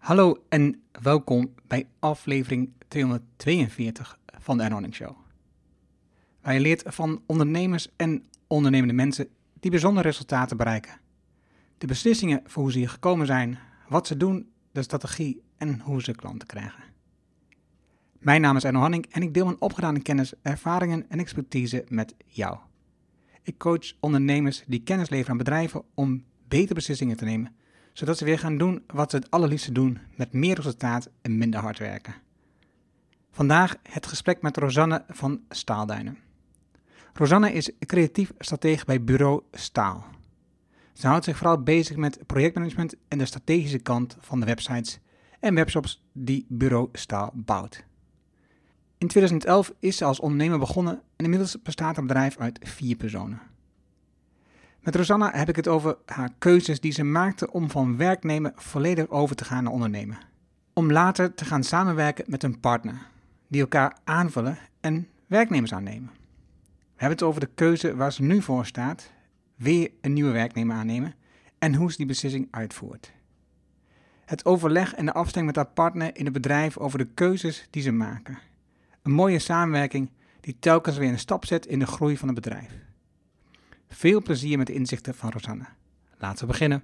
Hallo en welkom bij aflevering 242 van de Erno Hamming Show. Waar je leert van ondernemers en ondernemende mensen die bijzondere resultaten bereiken. De beslissingen voor hoe ze hier gekomen zijn, wat ze doen, de strategie en hoe ze klanten krijgen. Mijn naam is Erno Hamming en ik deel mijn opgedane kennis, ervaringen en expertise met jou. Ik coach ondernemers die kennis leveren aan bedrijven om betere beslissingen te nemen, zodat ze weer gaan doen wat ze het allerliefste doen, met meer resultaat en minder hard werken. Vandaag het gesprek met Rosanne van Staalduinen. Rosanne is creatief stratege bij Bureau Staal. Ze houdt zich vooral bezig met projectmanagement en de strategische kant van de websites en webshops die Bureau Staal bouwt. In 2011 is ze als ondernemer begonnen en inmiddels bestaat het bedrijf uit 4 personen. Met Rosanne heb ik het over haar keuzes die ze maakte om van werknemer volledig over te gaan naar ondernemen. Om later te gaan samenwerken met een partner, die elkaar aanvullen en werknemers aannemen. We hebben het over de keuze waar ze nu voor staat, weer een nieuwe werknemer aannemen en hoe ze die beslissing uitvoert. Het overleg en de afstemming met haar partner in het bedrijf over de keuzes die ze maken. Een mooie samenwerking die telkens weer een stap zet in de groei van het bedrijf. Veel plezier met de inzichten van Rosanne. Laten we beginnen.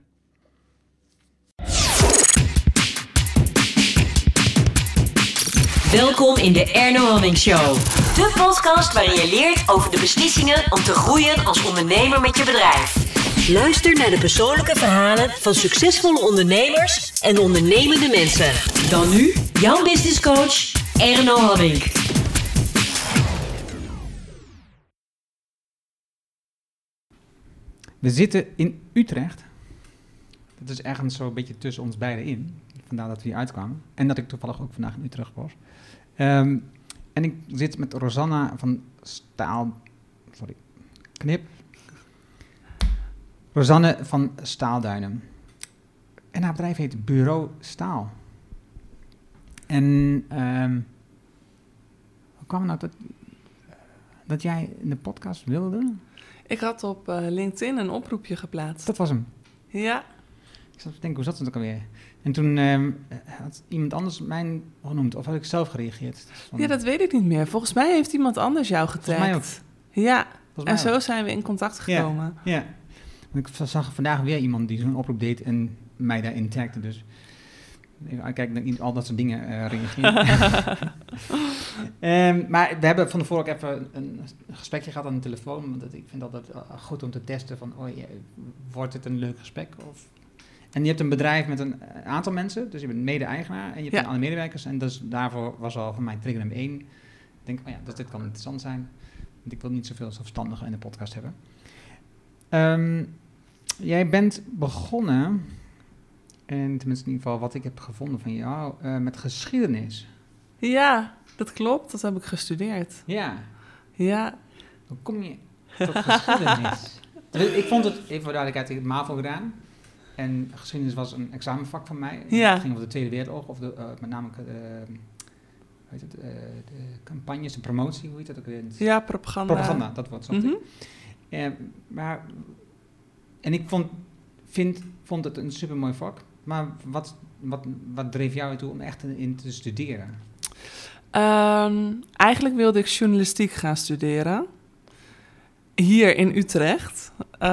Welkom in de Erno Hamming Show. De podcast waarin je leert over de beslissingen om te groeien als ondernemer met je bedrijf. Luister naar de persoonlijke verhalen van succesvolle ondernemers en ondernemende mensen. Dan nu jouw business coach Erno Hamming. We zitten in Utrecht. Dat is ergens zo een beetje tussen ons beiden in. Vandaar dat we hier uitkwamen. En dat ik toevallig ook vandaag in Utrecht was. En ik zit met Rosanne van Rosanne van Staalduinen. En haar bedrijf heet Bureau Staal. En hoe kwam het nou dat jij in de podcast wilde? Ik had op LinkedIn een oproepje geplaatst. Dat was hem. Ja. Ik zat te denken, hoe zat het ook alweer? En toen had iemand anders mij genoemd, of had ik zelf gereageerd? Ja, dat weet ik niet meer. Volgens mij heeft iemand anders jou getagd. Volgens mij ook. Ja, Volgens mij en zo ook. zijn we in contact gekomen. Ja. Want ik zag vandaag weer iemand die zo'n oproep deed en mij daarin tagde. Dus kijk, dat niet al dat soort dingen reageren. Maar we hebben van tevoren ook even een gesprekje gehad aan de telefoon. Want ik vind altijd goed om te testen van, wordt het een leuk gesprek? En je hebt een bedrijf met een aantal mensen, dus je bent mede-eigenaar en je hebt een aantal medewerkers. En dus daarvoor was al van mij trigger nummer 1. Ik denk, dus dit kan interessant zijn. Want ik wil niet zoveel zelfstandigen in de podcast hebben. Jij bent begonnen, en tenminste in ieder geval wat ik heb gevonden van jou, met geschiedenis. Ja, dat klopt. Dat heb ik gestudeerd. Ja. Ja. Hoe kom je tot geschiedenis? Ik vond het, even voor duidelijkheid, ik heb MAVO gedaan. En geschiedenis was een examenvak van mij. Ja. Het ging over de Tweede Wereldoorlog, of met name de campagnes, de promotie, hoe heet dat ook weer? Ja, propaganda. Propaganda, dat woord zocht ik. En ik vond het een supermooi vak. Maar wat dreef jou ertoe om echt in te studeren? Eigenlijk wilde ik journalistiek gaan studeren. Hier in Utrecht.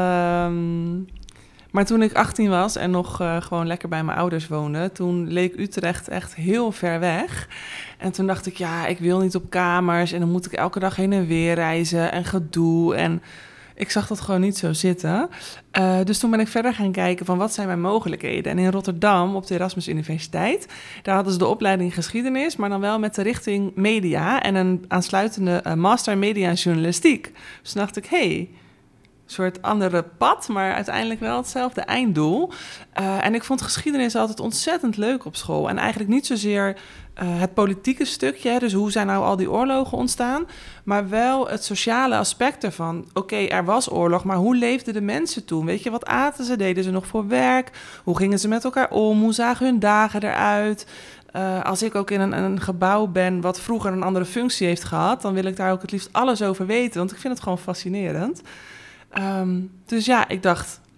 Maar toen ik 18 was en nog gewoon lekker bij mijn ouders woonde, toen leek Utrecht echt heel ver weg. En toen dacht ik, ik wil niet op kamers en dan moet ik elke dag heen en weer reizen en gedoe. En ik zag dat gewoon niet zo zitten. Dus toen ben ik verder gaan kijken van wat zijn mijn mogelijkheden. En in Rotterdam, op de Erasmus Universiteit, daar hadden ze de opleiding geschiedenis, maar dan wel met de richting media en een aansluitende master media en journalistiek. Dus toen dacht ik, een soort andere pad, maar uiteindelijk wel hetzelfde einddoel. En ik vond geschiedenis altijd ontzettend leuk op school. En eigenlijk niet zozeer het politieke stukje, dus hoe zijn nou al die oorlogen ontstaan, maar wel het sociale aspect ervan. Oké, er was oorlog, maar hoe leefden de mensen toen? Weet je, wat aten ze? Deden ze nog voor werk? Hoe gingen ze met elkaar om? Hoe zagen hun dagen eruit? Als ik ook in een gebouw ben wat vroeger een andere functie heeft gehad, dan wil ik daar ook het liefst alles over weten, want ik vind het gewoon fascinerend. Dus ik dacht,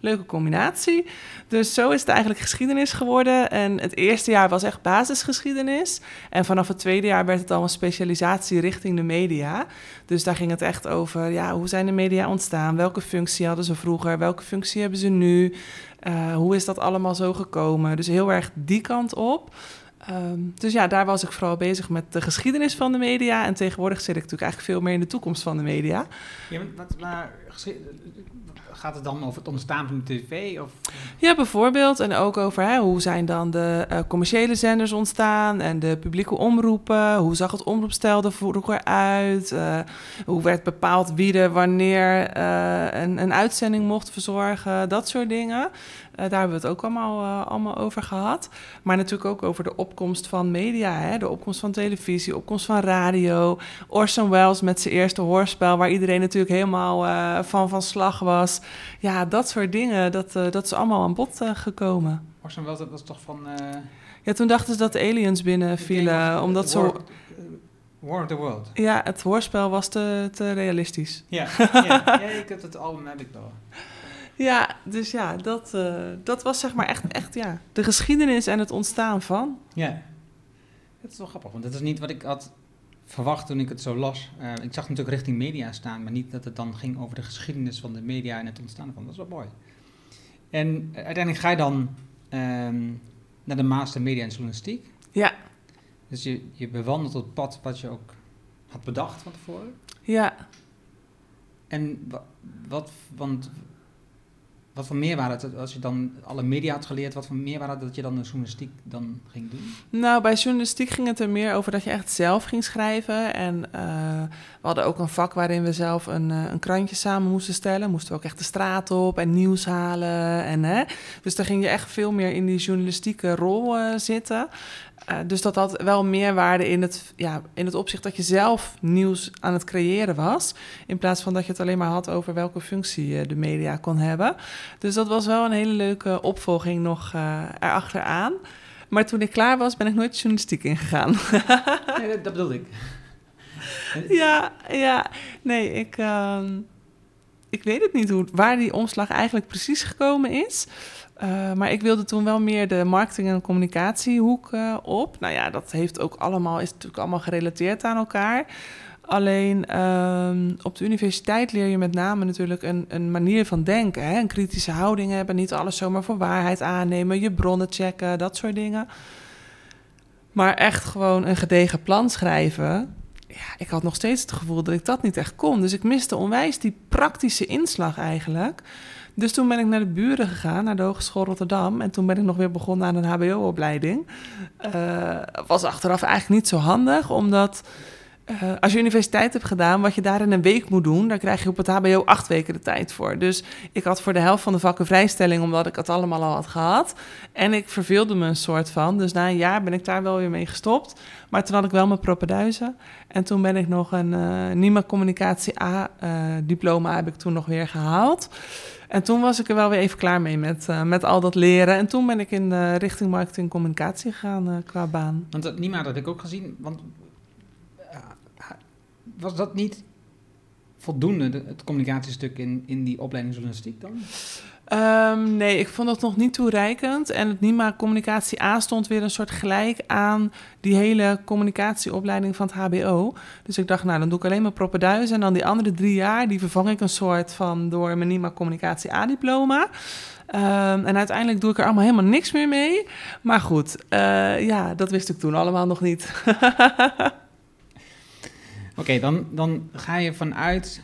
leuke combinatie. Dus zo is het eigenlijk geschiedenis geworden. En het eerste jaar was echt basisgeschiedenis. En vanaf het tweede jaar werd het al een specialisatie richting de media. Dus daar ging het echt over, hoe zijn de media ontstaan? Welke functie hadden ze vroeger? Welke functie hebben ze nu? Hoe is dat allemaal zo gekomen? Dus heel erg die kant op. Dus daar was ik vooral bezig met de geschiedenis van de media. En tegenwoordig zit ik natuurlijk eigenlijk veel meer in de toekomst van de media. Ja, maar gaat het dan over het ontstaan van de tv? Of? Ja, bijvoorbeeld. En ook over hoe zijn dan de commerciële zenders ontstaan en de publieke omroepen. Hoe zag het omroepstel er vroeger uit? Hoe werd bepaald wie er wanneer een uitzending mocht verzorgen? Dat soort dingen. Daar hebben we het ook allemaal over gehad. Maar natuurlijk ook over de opkomst van media. De opkomst van televisie, opkomst van radio. Orson Welles met zijn eerste hoorspel, waar iedereen natuurlijk helemaal van slag was. Ja, dat soort dingen, dat is allemaal aan bod gekomen. Orson Welles, dat was toch van... Ja, toen dachten ze dat de aliens binnenvielen, omdat zo... War of the World. Ja, het hoorspel was te realistisch. Ja, ik heb het album heb ik wel. Ja, dus dat was zeg maar echt de geschiedenis en het ontstaan van. Ja, dat is wel grappig, want dat is niet wat ik had verwacht toen ik het zo las. Ik zag natuurlijk richting media staan, maar niet dat het dan ging over de geschiedenis van de media en het ontstaan ervan. Dat is wel mooi. En uiteindelijk ga je dan naar de Master Media en Journalistiek. Ja. Dus je bewandelt het pad wat je ook had bedacht van tevoren. Ja. En wat voor meerwaarde, als je dan alle media had geleerd, wat voor meerwaarde dat je dan de journalistiek dan ging doen? Nou, bij journalistiek ging het er meer over dat je echt zelf ging schrijven. En we hadden ook een vak waarin we zelf een krantje samen moesten stellen. Moesten we ook echt de straat op en nieuws halen. Dus daar ging je echt veel meer in die journalistieke rol zitten. Dus dat had wel meerwaarde in het opzicht dat je zelf nieuws aan het creëren was. In plaats van dat je het alleen maar had over welke functie de media kon hebben. Dus dat was wel een hele leuke opvolging nog erachteraan. Maar toen ik klaar was, ben ik nooit journalistiek ingegaan. Nee, dat bedoelde ik. Ja. Nee, ik weet het niet waar die omslag eigenlijk precies gekomen is. Maar ik wilde toen wel meer de marketing- en communicatiehoek op. Nou ja, dat is natuurlijk allemaal gerelateerd aan elkaar. Alleen op de universiteit leer je met name natuurlijk een manier van denken. Een kritische houding hebben, niet alles zomaar voor waarheid aannemen, je bronnen checken, dat soort dingen. Maar echt gewoon een gedegen plan schrijven. Ja, ik had nog steeds het gevoel dat ik dat niet echt kon. Dus ik miste onwijs die praktische inslag eigenlijk. Dus toen ben ik naar de buren gegaan, naar de Hogeschool Rotterdam. En toen ben ik nog weer begonnen aan een hbo-opleiding. Was achteraf eigenlijk niet zo handig, omdat als je universiteit hebt gedaan, wat je daar in een week moet doen, daar krijg je op het hbo 8 weken de tijd voor. Dus ik had voor de helft van de vakken vrijstelling, omdat ik het allemaal al had gehad. En ik verveelde me een soort van. Dus na een jaar ben ik daar wel weer mee gestopt. Maar toen had ik wel mijn propeduizen. En toen ben ik nog een NIMA Communicatie A-diploma heb ik toen nog weer gehaald. En toen was ik er wel weer even klaar mee met al dat leren. En toen ben ik in richting marketing en communicatie gegaan qua baan. Want dat NIMA, dat heb ik ook gezien. Want was dat niet voldoende, het communicatiestuk in die opleiding journalistiek dan? Nee, ik vond dat nog niet toereikend. En het NIMA Communicatie A stond weer een soort gelijk aan die hele communicatieopleiding van het HBO. Dus ik dacht, nou, dan doe ik alleen maar propeduizen. En dan die andere 3 jaar, die vervang ik een soort van door mijn NIMA Communicatie A-diploma. En uiteindelijk doe ik er allemaal helemaal niks meer mee. Maar goed, dat wist ik toen allemaal nog niet. Oké, dan ga je vanuit,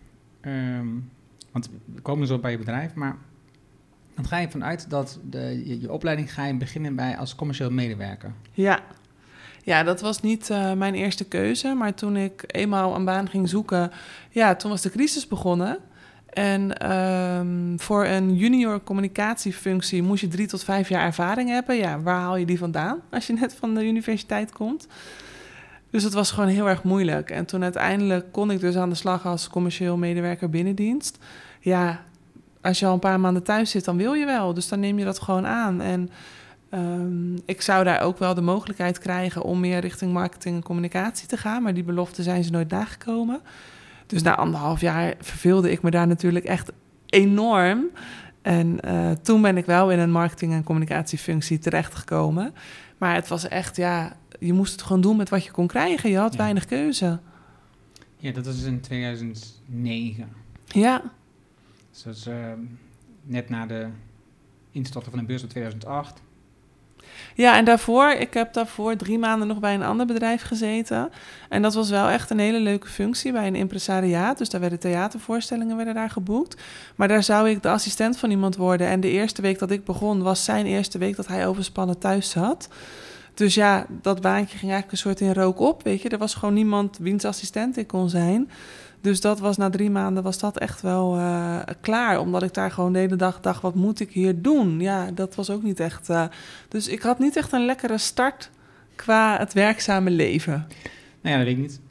want we komen zo bij je bedrijf, maar dan ga je vanuit dat je opleiding ga je beginnen bij als commercieel medewerker. Ja, dat was niet mijn eerste keuze, maar toen ik eenmaal een baan ging zoeken, toen was de crisis begonnen. En voor een junior communicatiefunctie moest je 3 tot 5 jaar ervaring hebben. Ja, waar haal je die vandaan als je net van de universiteit komt? Dus het was gewoon heel erg moeilijk. En toen uiteindelijk kon ik dus aan de slag als commercieel medewerker binnendienst. Ja, als je al een paar maanden thuis zit, dan wil je wel. Dus dan neem je dat gewoon aan. En ik zou daar ook wel de mogelijkheid krijgen om meer richting marketing en communicatie te gaan. Maar die beloften zijn ze nooit nagekomen. Dus na 1,5 jaar verveelde ik me daar natuurlijk echt enorm. En toen ben ik wel in een marketing- en communicatiefunctie terechtgekomen. Maar het was echt, je moest het gewoon doen met wat je kon krijgen. Je had weinig keuze. Ja, dat was in 2009. Ja. Dus dat is net na de instorten van de beurs in 2008. Ja, en ik heb daarvoor 3 maanden nog bij een ander bedrijf gezeten. En dat was wel echt een hele leuke functie bij een impresariaat. Dus daar werden theatervoorstellingen daar geboekt. Maar daar zou ik de assistent van iemand worden. En de eerste week dat ik begon was zijn eerste week dat hij overspannen thuis zat. Dus ja, dat baantje ging eigenlijk een soort in rook op, weet je. Er was gewoon niemand wiens assistent ik kon zijn. Dus dat was na 3 maanden was dat echt wel klaar. Omdat ik daar gewoon de hele dag dacht, wat moet ik hier doen? Ja, dat was ook niet echt... dus ik had niet echt een lekkere start qua het werkzame leven. Nou ja, dat weet ik niet.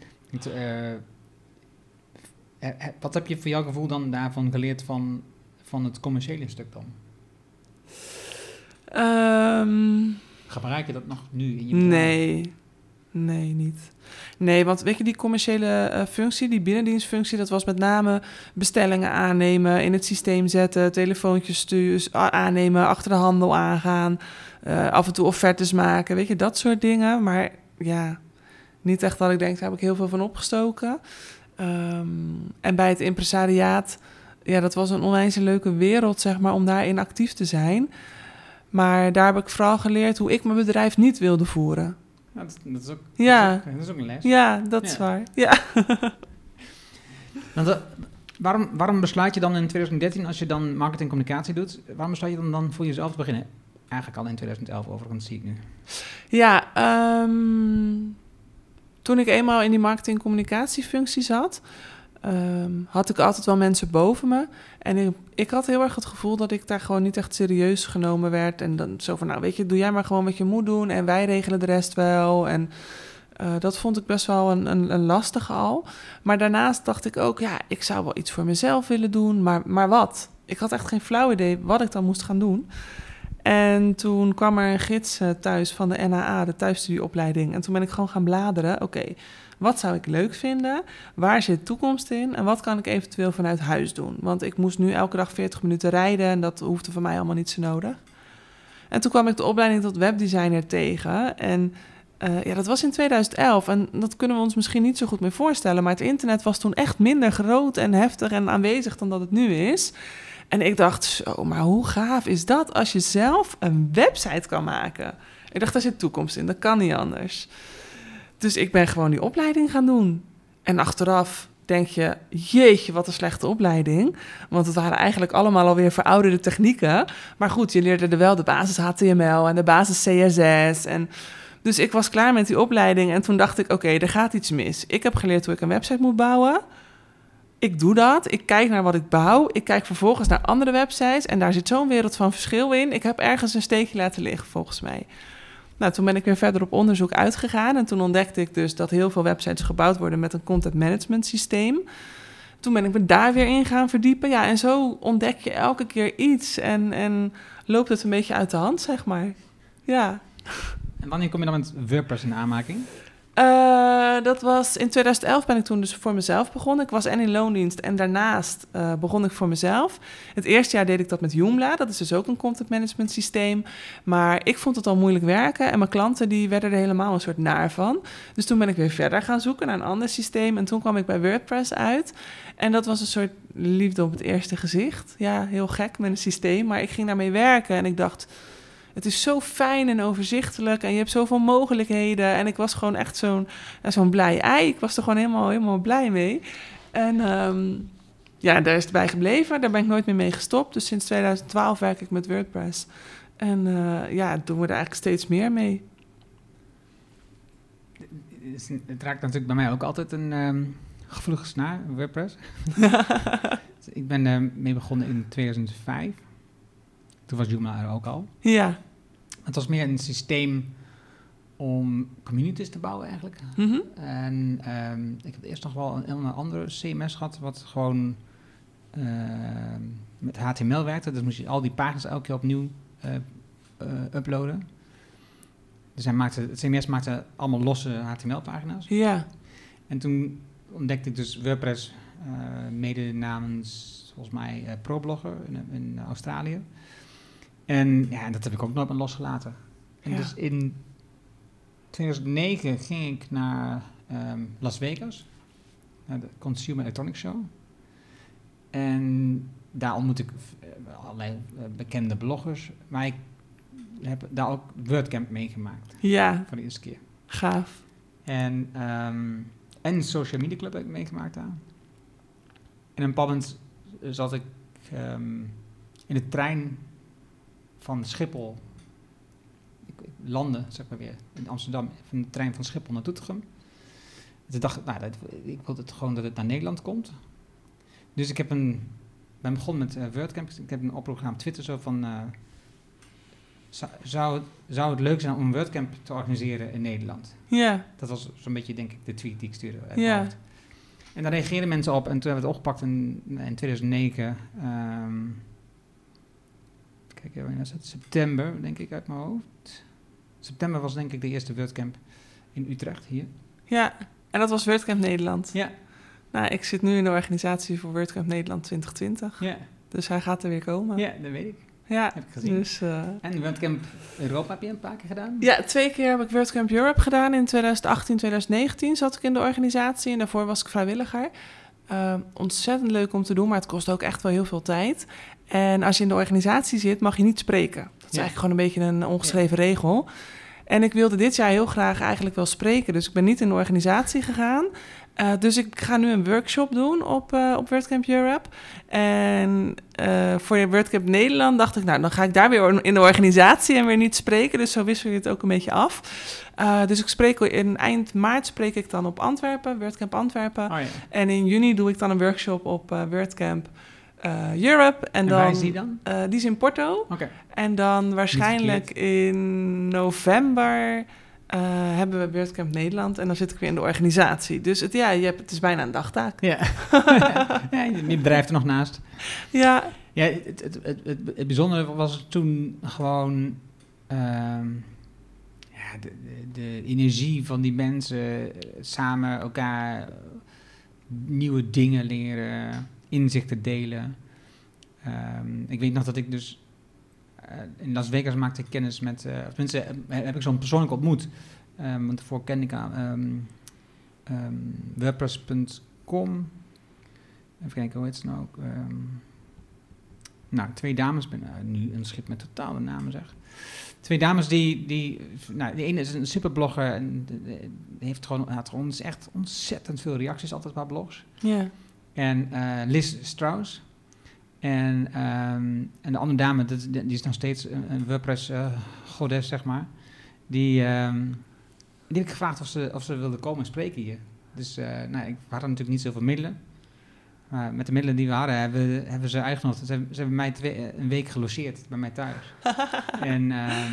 Wat heb je voor jouw gevoel dan daarvan geleerd van het commerciële stuk dan? Gebruik je dat nog nu in je bedrijf? Nee, niet. Nee, want weet je, die commerciële functie, die binnendienstfunctie, dat was met name bestellingen aannemen, in het systeem zetten, telefoontjes aannemen, achter de handel aangaan, af en toe offertes maken, weet je, dat soort dingen. Maar ja, niet echt dat ik denk, daar heb ik heel veel van opgestoken. En bij het impresariaat, ja, dat was een onwijs leuke wereld, zeg maar, om daarin actief te zijn. Maar daar heb ik vooral geleerd hoe ik mijn bedrijf niet wilde voeren. Ja, dat is ook, ja. Dat is ook een les. Ja, dat is waar. Ja. Waarom besluit je dan in 2013, als je dan marketing en communicatie doet, waarom besluit je dan voor jezelf te beginnen? Eigenlijk al in 2011 overigens, zie ik nu. Ja, toen ik eenmaal in die marketing en communicatiefunctie zat, had ik altijd wel mensen boven me. En ik had heel erg het gevoel dat ik daar gewoon niet echt serieus genomen werd. En dan zo van, nou weet je, doe jij maar gewoon wat je moet doen en wij regelen de rest wel. En dat vond ik best wel een lastige al. Maar daarnaast dacht ik ook, ja, ik zou wel iets voor mezelf willen doen, maar wat? Ik had echt geen flauw idee wat ik dan moest gaan doen. En toen kwam er een gids thuis van de NAA, de thuisstudieopleiding. En toen ben ik gewoon gaan bladeren. Oké, wat zou ik leuk vinden? Waar zit toekomst in? En wat kan ik eventueel vanuit huis doen? Want ik moest nu elke dag 40 minuten rijden en dat hoefde voor mij allemaal niet zo nodig. En toen kwam ik de opleiding tot webdesigner tegen. En dat was in 2011. En dat kunnen we ons misschien niet zo goed meer voorstellen. Maar het internet was toen echt minder groot en heftig en aanwezig dan dat het nu is. En ik dacht, zo, maar hoe gaaf is dat als je zelf een website kan maken? Ik dacht, daar zit toekomst in, dat kan niet anders. Dus ik ben gewoon die opleiding gaan doen. En achteraf denk je, jeetje, wat een slechte opleiding. Want het waren eigenlijk allemaal alweer verouderde technieken. Maar goed, je leerde er wel de basis HTML en de basis CSS. Dus ik was klaar met die opleiding en toen dacht ik, oké, er gaat iets mis. Ik heb geleerd hoe ik een website moet bouwen. Ik doe dat, ik kijk naar wat ik bouw. Ik kijk vervolgens naar andere websites en daar zit zo'n wereld van verschil in. Ik heb ergens een steekje laten liggen, volgens mij. Nou, toen ben ik weer verder op onderzoek uitgegaan. En toen ontdekte ik dus dat heel veel websites gebouwd worden met een content management systeem. Toen ben ik me daar weer in gaan verdiepen. Ja, en zo ontdek je elke keer iets en loopt het een beetje uit de hand, zeg maar. Ja. En wanneer kom je dan met WordPress in aanmaking? Dat was in 2011 ben ik toen dus voor mezelf begonnen. Ik was en in loondienst en daarnaast begon ik voor mezelf. Het eerste jaar deed ik dat met Joomla. Dat is dus ook een content management systeem. Maar ik vond het al moeilijk werken en mijn klanten die werden er helemaal een soort naar van. Dus toen ben ik weer verder gaan zoeken naar een ander systeem. En toen kwam ik bij WordPress uit. En dat was een soort liefde op het eerste gezicht. Ja, heel gek met een systeem. Maar ik ging daarmee werken en ik dacht, het is zo fijn en overzichtelijk en je hebt zoveel mogelijkheden. En ik was gewoon echt zo'n blij ei. Ik was er gewoon helemaal blij mee. En daar is het bij gebleven. Daar ben ik nooit meer mee gestopt. Dus sinds 2012 werk ik met WordPress. En doen we er eigenlijk steeds meer mee. Het raakt natuurlijk bij mij ook altijd een gevoelige snaar, WordPress. Ik ben mee begonnen in 2005. Toen was Joomla er ook al. Ja. Het was meer een systeem om communities te bouwen eigenlijk. Mm-hmm. En ik heb eerst nog wel een andere CMS gehad, wat gewoon met HTML werkte. Dus moest je al die pagina's elke keer opnieuw uploaden. Dus het CMS maakte allemaal losse HTML-pagina's. Ja. En toen ontdekte ik dus WordPress Mede namens, volgens mij, ProBlogger in Australië. En dat heb ik ook nooit meer losgelaten. En dus in 2009 ging ik naar Las Vegas. Naar de Consumer Electronics Show. En daar ontmoet ik allerlei bekende bloggers. Maar ik heb daar ook WordCamp meegemaakt. Ja. Voor de eerste keer. Gaaf. En Social Media Club heb ik meegemaakt daar. En een bepaald moment zat ik in de trein van Schiphol. Ik landde, zeg maar weer, in Amsterdam. Van de trein van Schiphol naar Doetinchem. Toen dacht ik, ik wil het gewoon dat het naar Nederland komt. Dus ik ben begonnen met WordCamp. Ik heb een oproep gedaan op Twitter zo van... Zou het leuk zijn om een WordCamp te organiseren in Nederland? Ja. Dat was zo'n beetje, denk ik, de tweet die ik stuurde. Ja. En daar reageerden mensen op. En toen hebben we het opgepakt in 2009. Kijk, wanneer was het? September, denk ik, uit mijn hoofd. September was denk ik de eerste WordCamp in Utrecht, hier. Ja, en dat was WordCamp Nederland. Ja. Nou, ik zit nu in de organisatie voor WordCamp Nederland 2020. Ja. Dus hij gaat er weer komen. Ja, dat weet ik. Ja, heb ik gezien. Dus, en WordCamp Europa heb je een paar keer gedaan? Ja, 2 keer heb ik WordCamp Europe gedaan. In 2018, 2019 zat ik in de organisatie en daarvoor was ik vrijwilliger. Ontzettend leuk om te doen, maar het kost ook echt wel heel veel tijd. En als je in de organisatie zit, mag je niet spreken. Dat is eigenlijk gewoon een beetje een ongeschreven regel. En ik wilde dit jaar heel graag eigenlijk wel spreken. Dus ik ben niet in de organisatie gegaan. Dus ik ga nu een workshop doen op WordCamp Europe. En voor WordCamp Nederland dacht ik... nou, dan ga ik daar weer in de organisatie en weer niet spreken. Dus zo wissel je het ook een beetje af. Dus ik spreek in eind maart spreek ik dan op Antwerpen, WordCamp Antwerpen. Oh ja. En in juni doe ik dan een workshop op WordCamp Europe. En dan, waar is die dan? Die is in Porto. Okay. En dan waarschijnlijk in november... hebben we WordCamp Nederland en dan zit ik weer in de organisatie. Dus het is bijna een dagtaak. Ja. Je bedrijf er nog naast. Ja. Ja, het bijzondere was toen gewoon... de energie van die mensen, samen elkaar nieuwe dingen leren, inzichten delen. Ik weet nog dat ik dus... in Las Vegas maakte ik kennis met... of mensen heb ik zo'n persoonlijk ontmoet. Want daarvoor kende ik aan WordPress.com. Even kijken, hoe heet ze nou ook? 2 dames. Ik ben nu een schip met totale namen, zeg. 2 dames die de ene is een superblogger en had gewoon echt ontzettend veel reacties altijd op haar blogs. Ja. En Liz Strauss. En de andere dame, die is nog steeds een WordPress-godes, zeg maar. Die heb ik gevraagd of ze wilde komen en spreken hier. Dus we hadden natuurlijk niet zoveel middelen. Maar met de middelen die we hadden, hebben ze uitgenodigd. Ze hebben mij een week gelogeerd bij mij thuis. En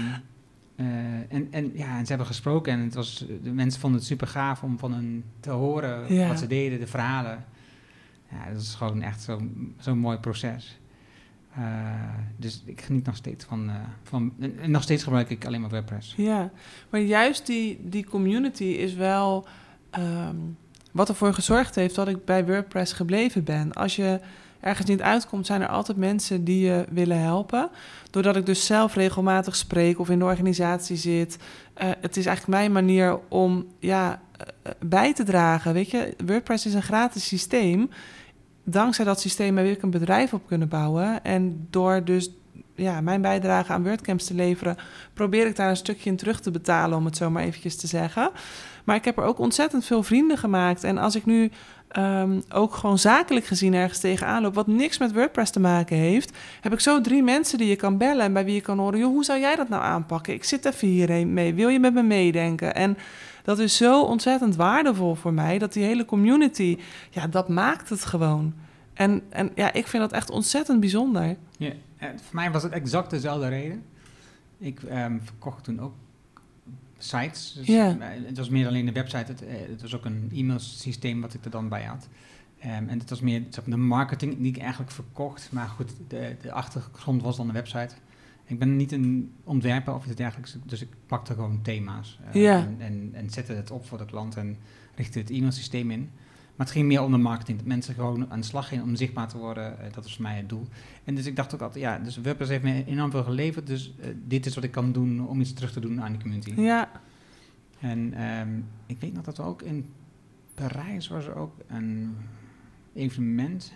ze hebben gesproken. En de mensen vonden het super gaaf om van hen te horen wat ze deden, de verhalen. Ja, dat is gewoon echt zo'n mooi proces. Dus ik geniet nog steeds van... En nog steeds gebruik ik alleen maar WordPress. Ja, maar juist die community is wel... wat ervoor gezorgd heeft dat ik bij WordPress gebleven ben. Als je ergens niet uitkomt, zijn er altijd mensen die je willen helpen. Doordat ik dus zelf regelmatig spreek of in de organisatie zit. Het is eigenlijk mijn manier om bij te dragen. Weet je, WordPress is een gratis systeem. Dankzij dat systeem heb ik een bedrijf op kunnen bouwen. En door dus mijn bijdrage aan WordCamps te leveren, probeer ik daar een stukje in terug te betalen, om het zo maar eventjes te zeggen. Maar ik heb er ook ontzettend veel vrienden gemaakt. En als ik nu ook gewoon zakelijk gezien ergens tegenaan loop, wat niks met WordPress te maken heeft, heb ik zo 3 mensen die je kan bellen en bij wie je kan horen, joh, hoe zou jij dat nou aanpakken? Ik zit even hierheen mee. Wil je met me meedenken? En dat is zo ontzettend waardevol voor mij, dat die hele community, dat maakt het gewoon. En ik vind dat echt ontzettend bijzonder. Ja, voor mij was het exact dezelfde reden. Ik verkocht toen ook sites. Dus het was meer alleen de website. Het was ook een e-mailsysteem wat ik er dan bij had. En het was meer de marketing die ik eigenlijk verkocht. Maar goed, de achtergrond was dan de website. Ik ben niet een ontwerper of iets dergelijks. Dus ik pakte gewoon thema's. En zette het op voor de klant en richtte het e-mailsysteem in. Maar het ging meer om de marketing. Dat mensen gewoon aan de slag gingen om zichtbaar te worden. Dat was voor mij het doel. En dus ik dacht ook altijd, dus WordPress heeft me enorm veel geleverd. Dus dit is wat ik kan doen om iets terug te doen aan de community. Ja. En ik weet nog dat we ook in Parijs was er ook een evenement.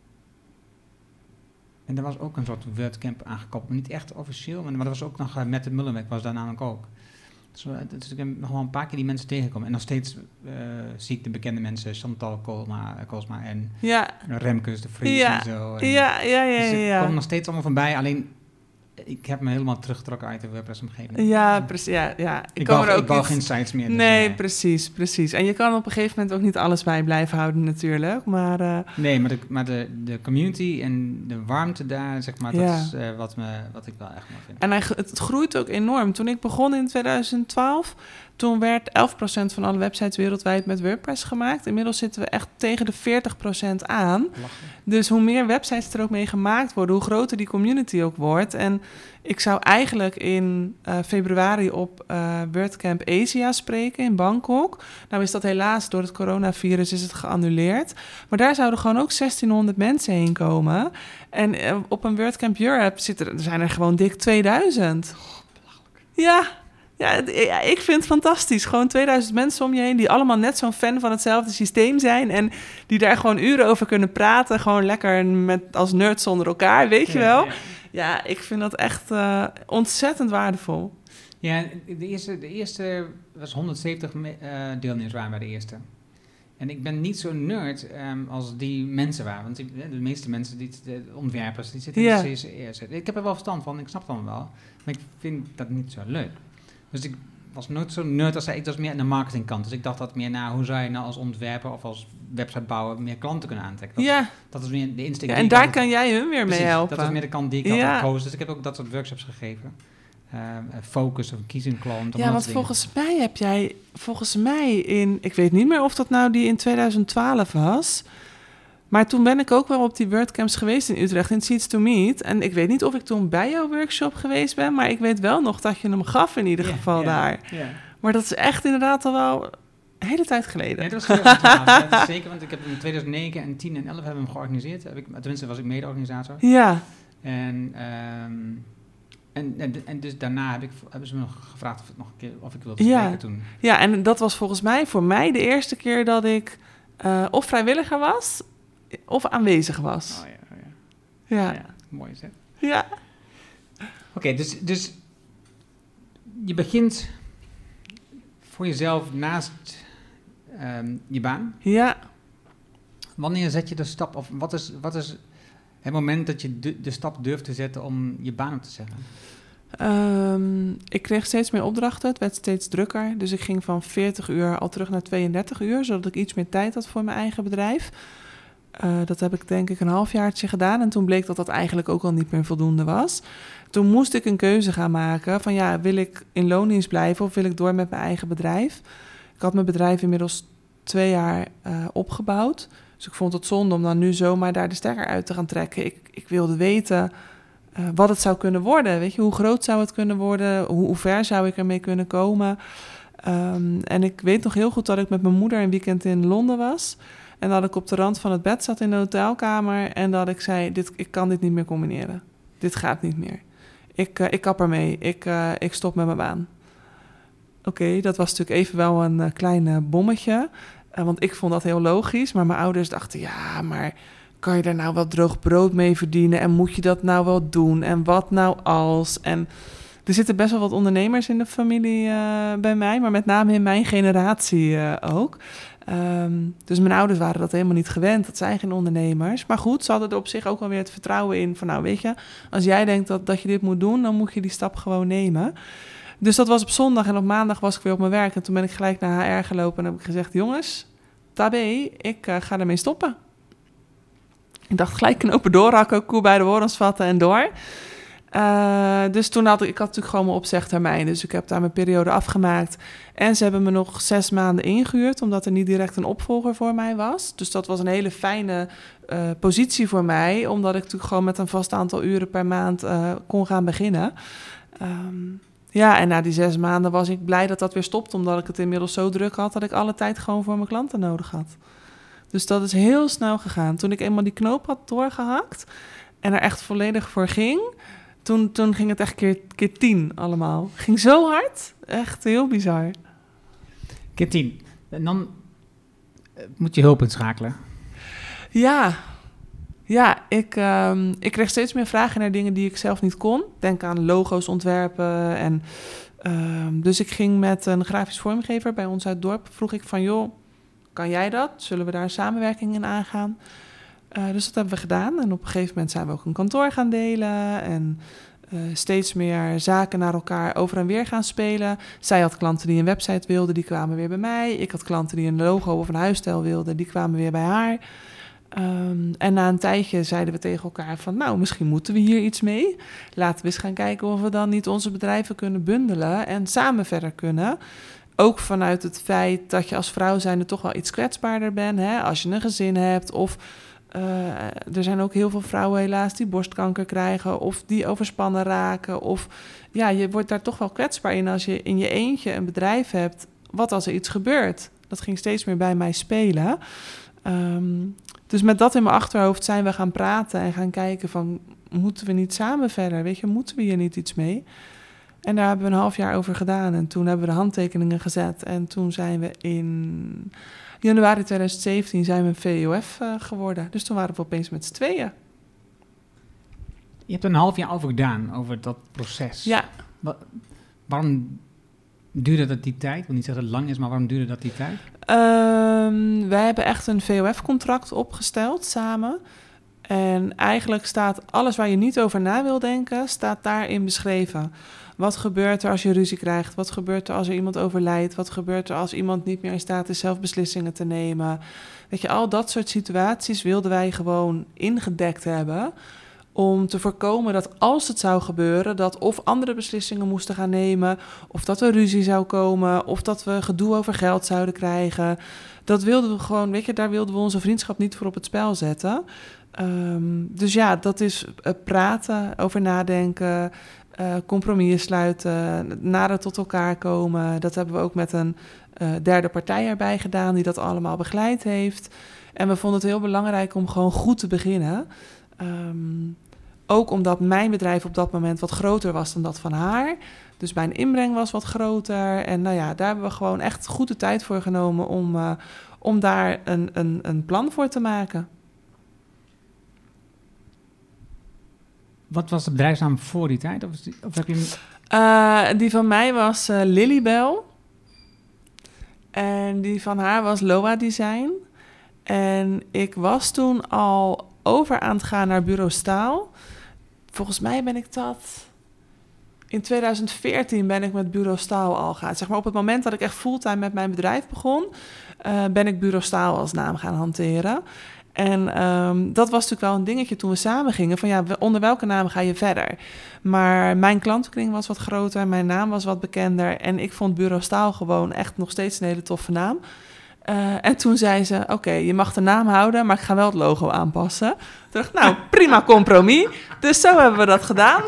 En daar was ook een soort WordCamp aangekoppeld. Niet echt officieel, maar dat was ook nog met de Mullenweg was daar namelijk ook. Dus ik heb nog wel een paar keer die mensen tegengekomen. En nog steeds zie ik de bekende mensen, Chantal Kolsma en Remkes de Vries en zo. En dus ik kom nog steeds allemaal voorbij, alleen ik heb me helemaal teruggetrokken uit de WordPress-omgeving. Ja, precies. Ja. Ik bouw geen sites meer. Dus nee, precies. En je kan op een gegeven moment ook niet alles bij blijven houden natuurlijk. Maar, nee, maar de community en de warmte daar, zeg maar, dat is wat ik wel echt mooi vind. En het groeit ook enorm. Toen ik begon in 2012, toen werd 11% van alle websites wereldwijd met WordPress gemaakt. Inmiddels zitten we echt tegen de 40% aan. Lachen. Dus hoe meer websites er ook mee gemaakt worden, hoe groter die community ook wordt. En ik zou eigenlijk in februari op WordCamp Asia spreken in Bangkok. Nou is dat helaas door het coronavirus is het geannuleerd. Maar daar zouden gewoon ook 1600 mensen heen komen. En op een WordCamp Europe zijn er gewoon dik 2000. Ja, ik vind het fantastisch. Gewoon 2000 mensen om je heen die allemaal net zo'n fan van hetzelfde systeem zijn en die daar gewoon uren over kunnen praten. Gewoon lekker als nerds onder elkaar, weet je wel. Ja, ik vind dat echt ontzettend waardevol. Ja, de eerste was 170 deelnemers waren bij de eerste. En ik ben niet zo nerd als die mensen waren. Want de meeste mensen, de ontwerpers, die zitten in de CSS. Ik heb er wel verstand van, ik snap het allemaal wel. Maar ik vind dat niet zo leuk. Dus ik was nooit zo nerd als zij. Ik was meer aan de marketingkant. Dus ik dacht dat meer hoe zou je nou als ontwerper of als websitebouwer meer klanten kunnen aantrekken. Dat is meer de insteek. En daar kan jij hun weer mee helpen. Dat is meer de kant die ik had gekozen. Dus ik heb ook dat soort workshops gegeven. Focus of kies een klant. Ja, want volgens mij heb jij, ik weet niet meer of dat nou die in 2012 was. Maar toen ben ik ook wel op die WordCamps geweest in Utrecht, in Seeds to Meet. En ik weet niet of ik toen bij jouw workshop geweest ben, maar ik weet wel nog dat je hem gaf in ieder geval daar. Yeah. Maar dat is echt inderdaad al wel een hele tijd geleden. Nee, dat was 2012. Dat is zeker, want ik heb in 2009 en 10 en 11 hebben we hem georganiseerd. Tenminste, was ik mede-organisator. Ja. En dus daarna hebben ze me nog gevraagd of ik wilde spreken toen. Ja, en dat was volgens mij voor mij de eerste keer dat ik of vrijwilliger was of aanwezig was. Oh ja. Ja, mooi zeg. Ja. Oké, dus je begint voor jezelf naast je baan. Ja. Wanneer zet je de stap, of wat is het moment dat je de stap durft te zetten om je baan op te zeggen? Ik kreeg steeds meer opdrachten. Het werd steeds drukker. Dus ik ging van 40 uur al terug naar 32 uur, zodat ik iets meer tijd had voor mijn eigen bedrijf. Dat heb ik denk ik een halfjaartje gedaan. En toen bleek dat eigenlijk ook al niet meer voldoende was. Toen moest ik een keuze gaan maken van wil ik in loondienst blijven of wil ik door met mijn eigen bedrijf? Ik had mijn bedrijf inmiddels 2 jaar opgebouwd. Dus ik vond het zonde om dan nu zomaar daar de stekker uit te gaan trekken. Ik wilde weten wat het zou kunnen worden. Weet je, hoe groot zou het kunnen worden? Hoe ver zou ik ermee kunnen komen? En ik weet nog heel goed dat ik met mijn moeder een weekend in Londen was. En dat ik op de rand van het bed zat in de hotelkamer. En dat ik zei, ik kan dit niet meer combineren. Dit gaat niet meer. Ik kap ermee. Ik stop met mijn baan. Oké, dat was natuurlijk even wel een klein bommetje. Want ik vond dat heel logisch. Maar mijn ouders dachten, maar kan je daar nou wel droog brood mee verdienen? En moet je dat nou wel doen? En wat nou als? En er zitten best wel wat ondernemers in de familie bij mij. Maar met name in mijn generatie ook. Dus mijn ouders waren dat helemaal niet gewend. Dat zijn geen ondernemers. Maar goed, ze hadden er op zich ook alweer het vertrouwen in. Van weet je, als jij denkt dat je dit moet doen, dan moet je die stap gewoon nemen. Dus dat was op zondag en op maandag was ik weer op mijn werk. En toen ben ik gelijk naar HR gelopen en heb ik gezegd, jongens, tabé, ik ga ermee stoppen. Ik dacht gelijk knopen doorhakken, koe bij de horens vatten en door. Dus toen had ik natuurlijk gewoon mijn opzegtermijn. Dus ik heb daar mijn periode afgemaakt. En ze hebben me nog 6 maanden ingehuurd, omdat er niet direct een opvolger voor mij was. Dus dat was een hele fijne positie voor mij, omdat ik natuurlijk gewoon met een vast aantal uren per maand kon gaan beginnen. En na die 6 maanden was ik blij dat dat weer stopte, omdat ik het inmiddels zo druk had dat ik alle tijd gewoon voor mijn klanten nodig had. Dus dat is heel snel gegaan. Toen ik eenmaal die knoop had doorgehakt en er echt volledig voor ging, toen ging het echt keer 10 allemaal. Ging zo hard, echt heel bizar. Keer 10. En dan moet je hulp inschakelen. Ja, ik kreeg steeds meer vragen naar dingen die ik zelf niet kon. Denk aan logo's ontwerpen. En, dus ik ging met een grafisch vormgever bij ons uit het dorp. Vroeg ik van, joh, kan jij dat? Zullen we daar een samenwerking in aangaan? Dus dat hebben we gedaan. En op een gegeven moment zijn we ook een kantoor gaan delen. En steeds meer zaken naar elkaar over en weer gaan spelen. Zij had klanten die een website wilden, die kwamen weer bij mij. Ik had klanten die een logo of een huisstijl wilden, die kwamen weer bij haar. En na een tijdje zeiden we tegen elkaar van, nou, misschien moeten we hier iets mee. Laten we eens gaan kijken of we dan niet onze bedrijven kunnen bundelen en samen verder kunnen. Ook vanuit het feit dat je als vrouw zijnde toch wel iets kwetsbaarder bent, hè? Als je een gezin hebt of er zijn ook heel veel vrouwen helaas die borstkanker krijgen of die overspannen raken. Of ja, je wordt daar toch wel kwetsbaar in als je in je eentje een bedrijf hebt. Wat als er iets gebeurt? Dat ging steeds meer bij mij spelen. Dus met dat in mijn achterhoofd zijn we gaan praten en gaan kijken van, moeten we niet samen verder? Weet je, moeten we hier niet iets mee? En daar hebben we een half jaar over gedaan. En toen hebben we de handtekeningen gezet. En toen zijn we in januari 2017 zijn we een VOF geworden. Dus toen waren we opeens met z'n tweeën. Je hebt er een half jaar over gedaan, over dat proces. Ja. Waarom duurde dat die tijd? Ik wil niet zeggen dat het lang is, maar waarom duurde dat die tijd? Wij hebben echt een VOF-contract opgesteld samen. En eigenlijk staat alles waar je niet over na wil denken, staat daarin beschreven. Wat gebeurt er als je ruzie krijgt? Wat gebeurt er als er iemand overlijdt? Wat gebeurt er als iemand niet meer in staat is zelf beslissingen te nemen? Weet je, al dat soort situaties wilden wij gewoon ingedekt hebben, om te voorkomen dat als het zou gebeuren, dat of andere beslissingen moesten gaan nemen, of dat er ruzie zou komen, of dat we gedoe over geld zouden krijgen. Dat wilden we gewoon, weet je, daar wilden we onze vriendschap niet voor op het spel zetten. Dus ja, dat is praten, over nadenken, compromissen sluiten, nader tot elkaar komen. Dat hebben we ook met een derde partij erbij gedaan die dat allemaal begeleid heeft. En we vonden het heel belangrijk om gewoon goed te beginnen. Ook omdat mijn bedrijf op dat moment wat groter was dan dat van haar. Dus mijn inbreng was wat groter. En nou ja, daar hebben we gewoon echt goed de tijd voor genomen om daar een plan voor te maken. Wat was de bedrijfsnaam voor die tijd? Of heb je Die van mij was Lilybel. En die van haar was Loa Design. En ik was toen al over aan het gaan naar Bureau Staal. Volgens mij ben ik dat in 2014 ben ik met Bureau Staal al gaan. Zeg maar op het moment dat ik echt fulltime met mijn bedrijf begon, ben ik Bureau Staal als naam gaan hanteren. En dat was natuurlijk wel een dingetje toen we samen gingen. Van ja, onder welke naam ga je verder? Maar mijn klantenkring was wat groter, mijn naam was wat bekender. En ik vond Bureau Staal gewoon echt nog steeds een hele toffe naam. En toen zei ze, oké, je mag de naam houden, maar ik ga wel het logo aanpassen. Toen dacht ik, nou, prima compromis. Dus zo hebben we dat gedaan.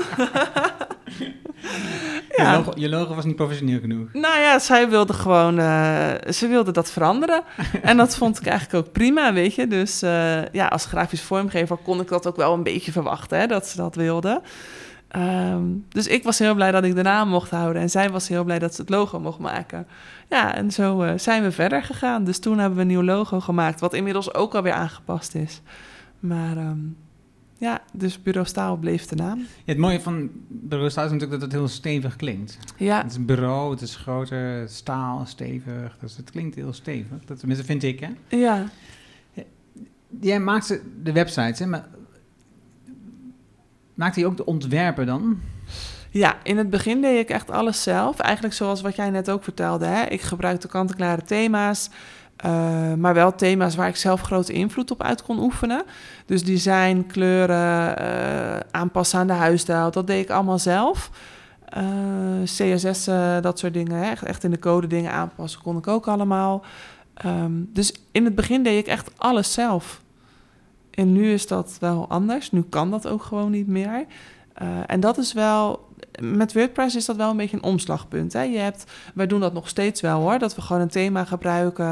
Ja. Je logo was niet professioneel genoeg. Nou ja, zij wilde gewoon, ze wilde dat veranderen. En dat vond ik eigenlijk ook prima, weet je. Dus ja, als grafisch vormgever kon ik dat ook wel een beetje verwachten, hè, dat ze dat wilde. Dus ik was heel blij dat ik de naam mocht houden. En zij was heel blij dat ze het logo mocht maken. Ja, en zo zijn we verder gegaan. Dus toen hebben we een nieuw logo gemaakt, wat inmiddels ook alweer aangepast is. Maar ja, dus Bureau Staal bleef de naam. Ja, het mooie van Bureau Staal is natuurlijk dat het heel stevig klinkt. Ja. Het is een bureau, het is groter, staal, stevig. Dus het klinkt heel stevig. Dat tenminste vind ik, hè? Ja. Jij maakte de websites, hè? Maar maakte je ook de ontwerpen dan? Ja, in het begin deed ik echt alles zelf. Eigenlijk zoals wat jij net ook vertelde, hè? Ik gebruikte kant-en-klare thema's. Maar wel thema's waar ik zelf grote invloed op uit kon oefenen. Dus design, kleuren, aanpassen aan de huisstijl, dat deed ik allemaal zelf. CSS, dat soort dingen, hè? Echt in de code dingen aanpassen kon ik ook allemaal. Dus in het begin deed ik echt alles zelf. En nu is dat wel anders. Nu kan dat ook gewoon niet meer. En dat is wel, met WordPress is dat wel een beetje een omslagpunt. Hè? Wij doen dat nog steeds wel hoor, dat we gewoon een thema gebruiken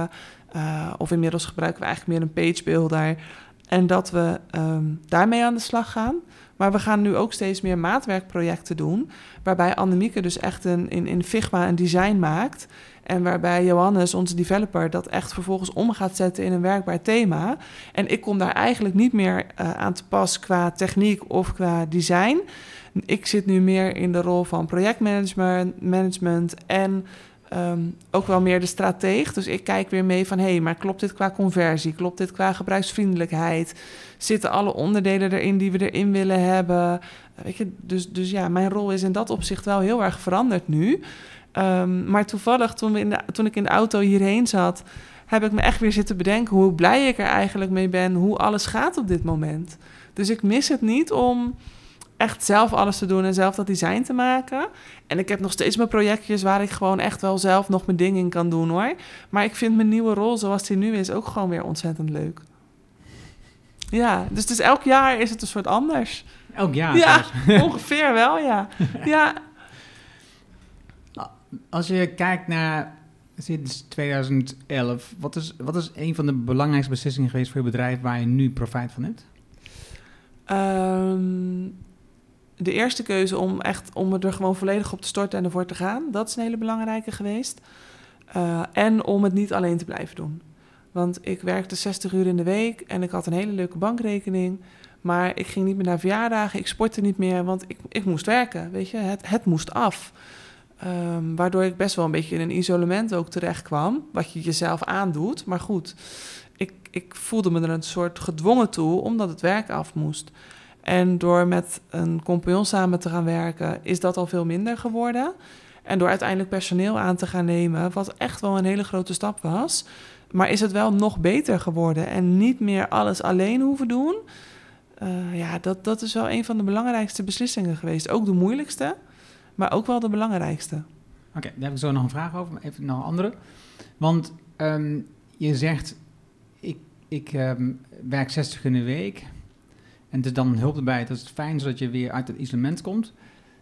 Of inmiddels gebruiken we eigenlijk meer een page builder. En dat we daarmee aan de slag gaan. Maar we gaan nu ook steeds meer maatwerkprojecten doen, waarbij Annemieke dus echt in Figma een design maakt. En waarbij Johannes, onze developer, dat echt vervolgens om gaat zetten in een werkbaar thema. En ik kom daar eigenlijk niet meer aan te pas qua techniek of qua design. Ik zit nu meer in de rol van projectmanagement en ook wel meer de strateeg. Dus ik kijk weer mee van, maar klopt dit qua conversie? Klopt dit qua gebruiksvriendelijkheid? Zitten alle onderdelen erin die we erin willen hebben? Weet je, dus ja, mijn rol is in dat opzicht wel heel erg veranderd nu. Maar toevallig, toen ik in de auto hierheen zat, heb ik me echt weer zitten bedenken hoe blij ik er eigenlijk mee ben, hoe alles gaat op dit moment. Dus ik mis het niet om echt zelf alles te doen en zelf dat design te maken. En ik heb nog steeds mijn projectjes waar ik gewoon echt wel zelf nog mijn ding in kan doen, hoor. Maar ik vind mijn nieuwe rol zoals die nu is ook gewoon weer ontzettend leuk. Ja, dus elk jaar is het een soort anders. Elk jaar? Ja, ongeveer wel, ja. Ja. Als je kijkt naar sinds 2011, wat is een van de belangrijkste beslissingen geweest voor je bedrijf waar je nu profijt van hebt? De eerste keuze om er gewoon volledig op te storten en ervoor te gaan, dat is een hele belangrijke geweest. En om het niet alleen te blijven doen. Want ik werkte 60 uur in de week en ik had een hele leuke bankrekening. Maar ik ging niet meer naar verjaardagen, ik sportte niet meer, want ik moest werken, weet je. Het moest af. Waardoor ik best wel een beetje in een isolement ook terecht kwam, wat je jezelf aandoet. Maar goed, ik voelde me er een soort gedwongen toe, omdat het werk af moest. En door met een compagnon samen te gaan werken, is dat al veel minder geworden. En door uiteindelijk personeel aan te gaan nemen, wat echt wel een hele grote stap was, maar is het wel nog beter geworden en niet meer alles alleen hoeven doen. Dat is wel een van de belangrijkste beslissingen geweest. Ook de moeilijkste, maar ook wel de belangrijkste. Oké, daar heb ik zo nog een vraag over, maar even nog een andere. Want je zegt, ik werk 60 uur in de week en er is dan hulp erbij. Dat is fijn, zodat je weer uit het isolement komt.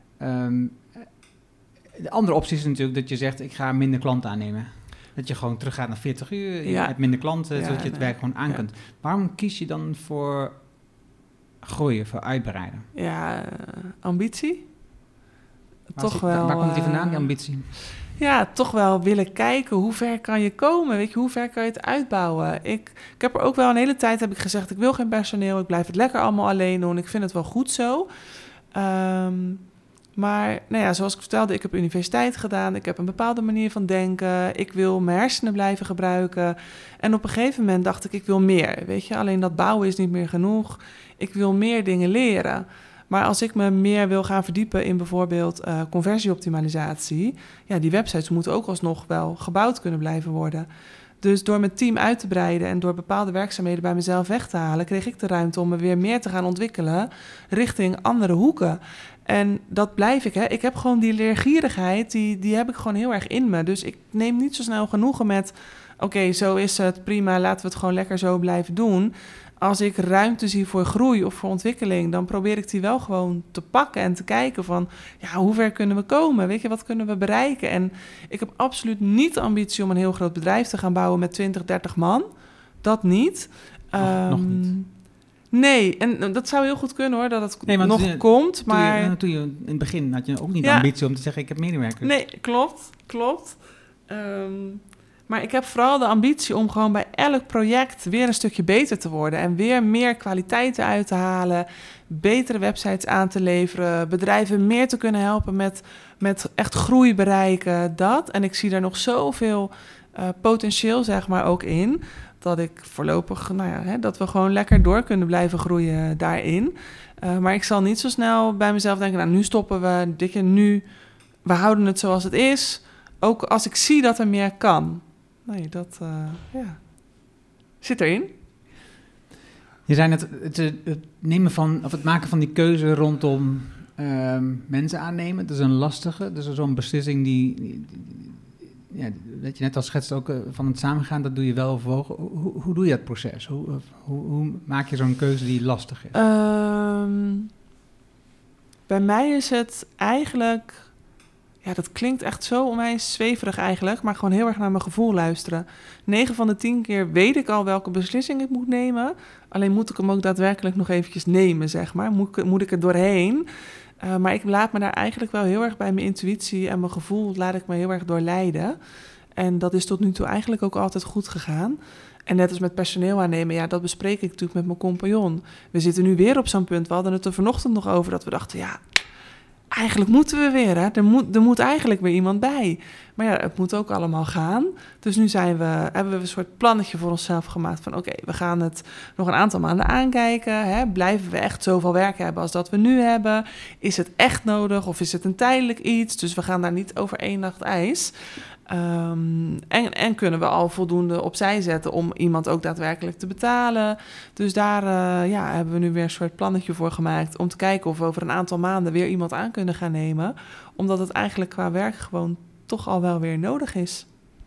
De andere optie is natuurlijk dat je zegt, ik ga minder klanten aannemen. Dat je gewoon teruggaat naar 40 uur, je hebt minder klanten, zodat je het werk gewoon aan kunt. Waarom kies je dan voor groeien, voor uitbreiden? Ja, ambitie. Waar komt die vandaan, die ambitie? Ja, toch wel willen kijken, hoe ver kan je komen? Weet je, hoe ver kan je het uitbouwen? Ik heb er ook wel een hele tijd heb ik gezegd, ik wil geen personeel, ik blijf het lekker allemaal alleen doen. Ik vind het wel goed zo. Maar zoals ik vertelde, ik heb universiteit gedaan. Ik heb een bepaalde manier van denken. Ik wil mijn hersenen blijven gebruiken. En op een gegeven moment dacht ik wil meer. Weet je, alleen dat bouwen is niet meer genoeg. Ik wil meer dingen leren. Maar als ik me meer wil gaan verdiepen in bijvoorbeeld conversieoptimalisatie, die websites moeten ook alsnog wel gebouwd kunnen blijven worden. Dus door mijn team uit te breiden en door bepaalde werkzaamheden bij mezelf weg te halen, kreeg ik de ruimte om me weer meer te gaan ontwikkelen richting andere hoeken. En dat blijf ik. Ik heb gewoon die leergierigheid, die heb ik gewoon heel erg in me. Dus ik neem niet zo snel genoegen met, oké, zo is het, prima, laten we het gewoon lekker zo blijven doen. Als ik ruimte zie voor groei of voor ontwikkeling, dan probeer ik die wel gewoon te pakken en te kijken van, hoe ver kunnen we komen? Weet je, wat kunnen we bereiken? En ik heb absoluut niet de ambitie om een heel groot bedrijf te gaan bouwen met 20, 30 man. Dat niet. Nog niet. Nee, en dat zou heel goed kunnen hoor, dat het nog komt. Maar toen je in het begin had je ook niet de ambitie om te zeggen, ik heb medewerkers. Nee, klopt. Maar ik heb vooral de ambitie om gewoon bij elk project weer een stukje beter te worden. En weer meer kwaliteiten uit te halen. Betere websites aan te leveren. Bedrijven meer te kunnen helpen met echt groei bereiken. Dat. En ik zie daar nog zoveel potentieel zeg maar ook in. Dat ik voorlopig, dat we gewoon lekker door kunnen blijven groeien daarin. Maar ik zal niet zo snel bij mezelf denken, nu stoppen we. We houden het zoals het is. Ook als ik zie dat er meer kan. Nee, dat zit erin. Je zei net, het maken van die keuze rondom mensen aannemen, dat is een lastige. Dus zo'n beslissing dat je net al schetst ook van het samengaan, dat doe je wel overwogen. Hoe doe je dat proces? Hoe maak je zo'n keuze die lastig is? Bij mij is het eigenlijk Ja, dat klinkt echt zo onwijs zweverig eigenlijk, maar gewoon heel erg naar mijn gevoel luisteren. 9 van de 10 keer weet ik al welke beslissing ik moet nemen. Alleen moet ik hem ook daadwerkelijk nog eventjes nemen, zeg maar. Moet ik er doorheen? Maar ik laat me daar eigenlijk wel heel erg bij mijn intuïtie en mijn gevoel laat ik me heel erg door leiden. En dat is tot nu toe eigenlijk ook altijd goed gegaan. En net als met personeel aannemen, ja, dat bespreek ik natuurlijk met mijn compagnon. We zitten nu weer op zo'n punt. We hadden het er vanochtend nog over dat we dachten, ja, eigenlijk moeten we weer, hè? Er moet eigenlijk weer iemand bij. Maar ja, het moet ook allemaal gaan. Dus nu hebben we een soort plannetje voor onszelf gemaakt van oké, we gaan het nog een aantal maanden aankijken. Hè? Blijven we echt zoveel werk hebben als dat we nu hebben? Is het echt nodig of is het een tijdelijk iets? Dus we gaan daar niet over 1 nacht ijs. En kunnen we al voldoende opzij zetten om iemand ook daadwerkelijk te betalen. Dus daar hebben we nu weer een soort plannetje voor gemaakt om te kijken of we over een aantal maanden weer iemand aan kunnen gaan nemen. Omdat het eigenlijk qua werk gewoon toch al wel weer nodig is.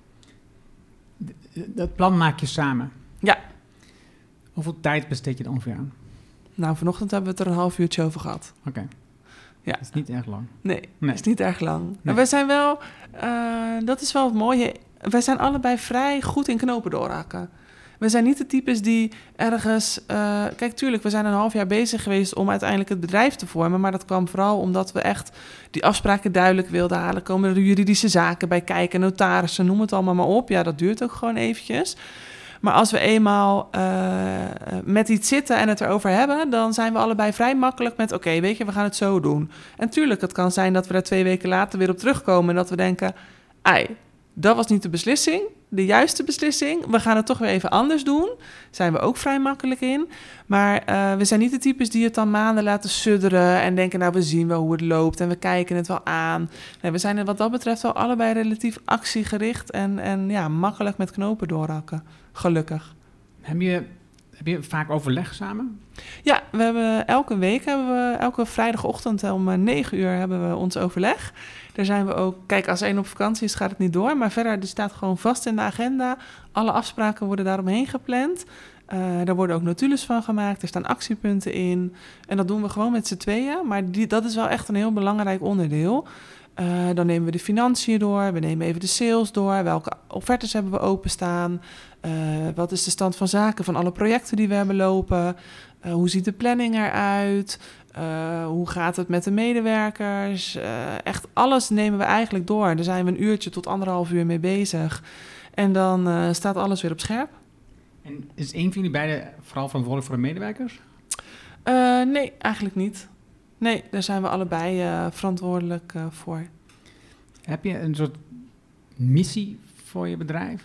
Dat plan maak je samen? Ja. Hoeveel tijd besteed je er ongeveer aan? Nou, vanochtend hebben we het er een half uurtje over gehad. Oké. Ja. Dat is niet erg lang. Nee, dat is niet erg lang. Nee. Maar wij zijn wel, dat is wel het mooie, wij zijn allebei vrij goed in knopen doorhakken. We zijn niet de types die ergens... kijk, tuurlijk, we zijn een half jaar bezig geweest om uiteindelijk het bedrijf te vormen. Maar dat kwam vooral omdat we echt die afspraken duidelijk wilden halen. Komen er juridische zaken bij kijken, notarissen, noem het allemaal maar op. Ja, dat duurt ook gewoon eventjes. Maar als we eenmaal met iets zitten en het erover hebben, dan zijn we allebei vrij makkelijk met oké, weet je, we gaan het zo doen. En tuurlijk, het kan zijn dat we daar 2 weken later weer op terugkomen en dat we denken, dat was niet de beslissing, de juiste beslissing. We gaan het toch weer even anders doen. Zijn we ook vrij makkelijk in. Maar we zijn niet de types die het dan maanden laten sudderen en denken, nou, we zien wel hoe het loopt en we kijken het wel aan. Nee, we zijn er wat dat betreft wel allebei relatief actiegericht en ja, makkelijk met knopen doorhakken. Gelukkig. Heb je vaak overleg samen? Ja, we hebben elke vrijdagochtend om 9 uur hebben we ons overleg. Daar zijn we ook... Kijk, als één op vakantie is, gaat het niet door. Maar verder, er staat gewoon vast in de agenda. Alle afspraken worden daaromheen gepland. Daar worden ook notules van gemaakt. Er staan actiepunten in. En dat doen we gewoon met z'n tweeën. Maar dat is wel echt een heel belangrijk onderdeel. Dan nemen we de financiën door. We nemen even de sales door. Welke offertes hebben we openstaan? Wat is de stand van zaken van alle projecten die we hebben lopen? Hoe ziet de planning eruit? Hoe gaat het met de medewerkers? Echt alles nemen we eigenlijk door. Daar zijn we 1 uurtje tot 1,5 uur mee bezig. En dan staat alles weer op scherp. En is een van jullie beiden vooral verantwoordelijk voor de medewerkers? Nee, eigenlijk niet. Nee, daar zijn we allebei verantwoordelijk voor. Heb je een soort missie voor je bedrijf?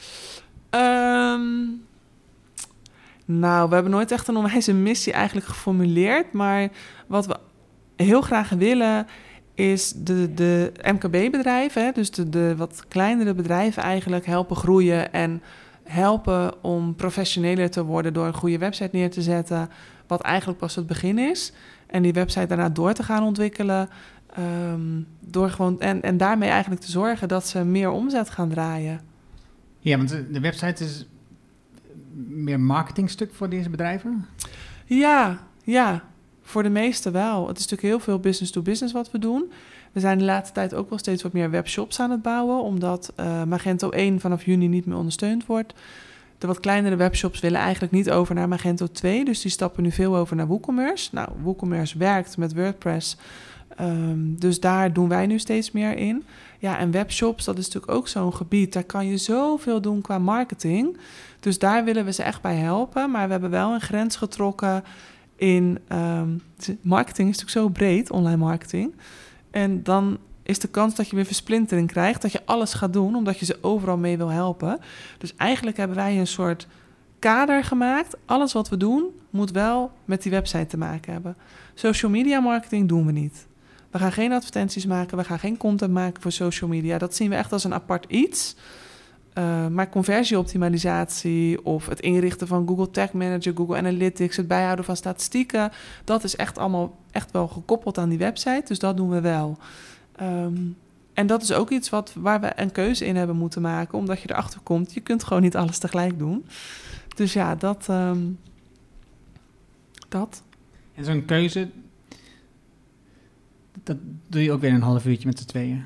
Nou, we hebben nooit echt een onwijze missie eigenlijk geformuleerd. Maar wat we heel graag willen is de MKB-bedrijven, dus de wat kleinere bedrijven eigenlijk helpen groeien en helpen om professioneler te worden door een goede website neer te zetten, wat eigenlijk pas het begin is. En die website daarna door te gaan ontwikkelen, door gewoon en daarmee eigenlijk te zorgen dat ze meer omzet gaan draaien. Ja, want de website is meer marketingstuk voor deze bedrijven? Ja, voor de meeste wel. Het is natuurlijk heel veel business-to-business wat we doen. We zijn de laatste tijd ook wel steeds wat meer webshops aan het bouwen, omdat Magento 1 vanaf juni niet meer ondersteund wordt. De wat kleinere webshops willen eigenlijk niet over naar Magento 2, dus die stappen nu veel over naar WooCommerce. Nou, WooCommerce werkt met WordPress, dus daar doen wij nu steeds meer in. Ja, en webshops, dat is natuurlijk ook zo'n gebied. Daar kan je zoveel doen qua marketing. Dus daar willen we ze echt bij helpen. Maar we hebben wel een grens getrokken in... marketing is natuurlijk zo breed, online marketing. En dan is de kans dat je weer versplintering krijgt, dat je alles gaat doen, omdat je ze overal mee wil helpen. Dus eigenlijk hebben wij een soort kader gemaakt. Alles wat we doen, moet wel met die website te maken hebben. Social media marketing doen we niet. We gaan geen advertenties maken, we gaan geen content maken voor social media. Dat zien we echt als een apart iets. Maar conversieoptimalisatie of het inrichten van Google Tag Manager, Google Analytics, het bijhouden van statistieken, dat is echt allemaal echt wel gekoppeld aan die website. Dus dat doen we wel. En dat is ook iets waar we een keuze in hebben moeten maken, omdat je erachter komt, je kunt gewoon niet alles tegelijk doen. Dus ja, dat. En zo'n keuze, Dat doe je ook weer in een half uurtje met z'n tweeën?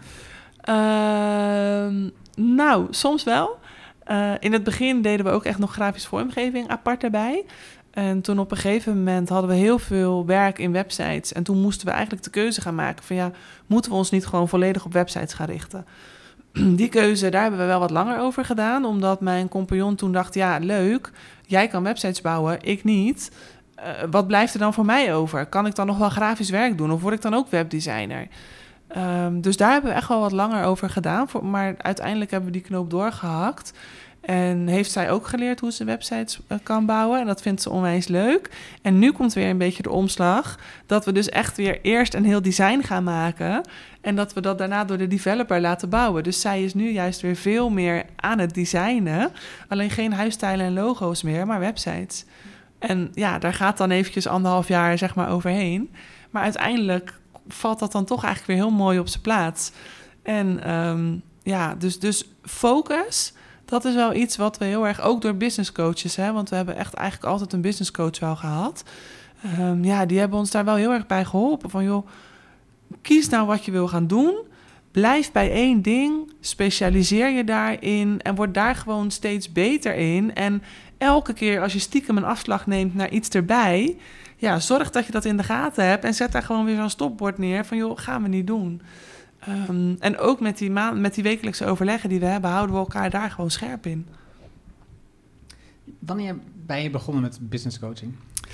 Nou, soms wel. In het begin deden we ook echt nog grafische vormgeving apart erbij. En toen op een gegeven moment hadden we heel veel werk in websites. En toen moesten we eigenlijk de keuze gaan maken van ja, moeten we ons niet gewoon volledig op websites gaan richten? Die keuze, daar hebben we wel wat langer over gedaan. Omdat mijn compagnon toen dacht, ja, leuk, jij kan websites bouwen, ik niet. Wat blijft er dan voor mij over? Kan ik dan nog wel grafisch werk doen? Of word ik dan ook webdesigner? Dus daar hebben we echt wel wat langer over gedaan. Maar uiteindelijk hebben we die knoop doorgehakt. En heeft zij ook geleerd hoe ze websites kan bouwen. En dat vindt ze onwijs leuk. En nu komt weer een beetje de omslag. Dat we dus echt weer eerst een heel design gaan maken. En dat we dat daarna door de developer laten bouwen. Dus zij is nu juist weer veel meer aan het designen. Alleen geen huisstijlen en logo's meer, maar websites. En ja, daar gaat dan eventjes 1,5 jaar zeg maar overheen. Maar uiteindelijk valt dat dan toch eigenlijk weer heel mooi op zijn plaats. En dus focus, dat is wel iets wat we heel erg, ook door business coaches, hè, want we hebben echt eigenlijk altijd een business coach wel gehad. Die hebben ons daar wel heel erg bij geholpen. Van joh, kies nou wat je wil gaan doen. Blijf bij 1 ding, specialiseer je daarin en word daar gewoon steeds beter in. En elke keer als je stiekem een afslag neemt naar iets erbij, ja, zorg dat je dat in de gaten hebt en zet daar gewoon weer zo'n stopbord neer van joh, gaan we niet doen. En ook met die wekelijkse overleggen die we hebben, houden we elkaar daar gewoon scherp in. Wanneer ben je begonnen met business coaching?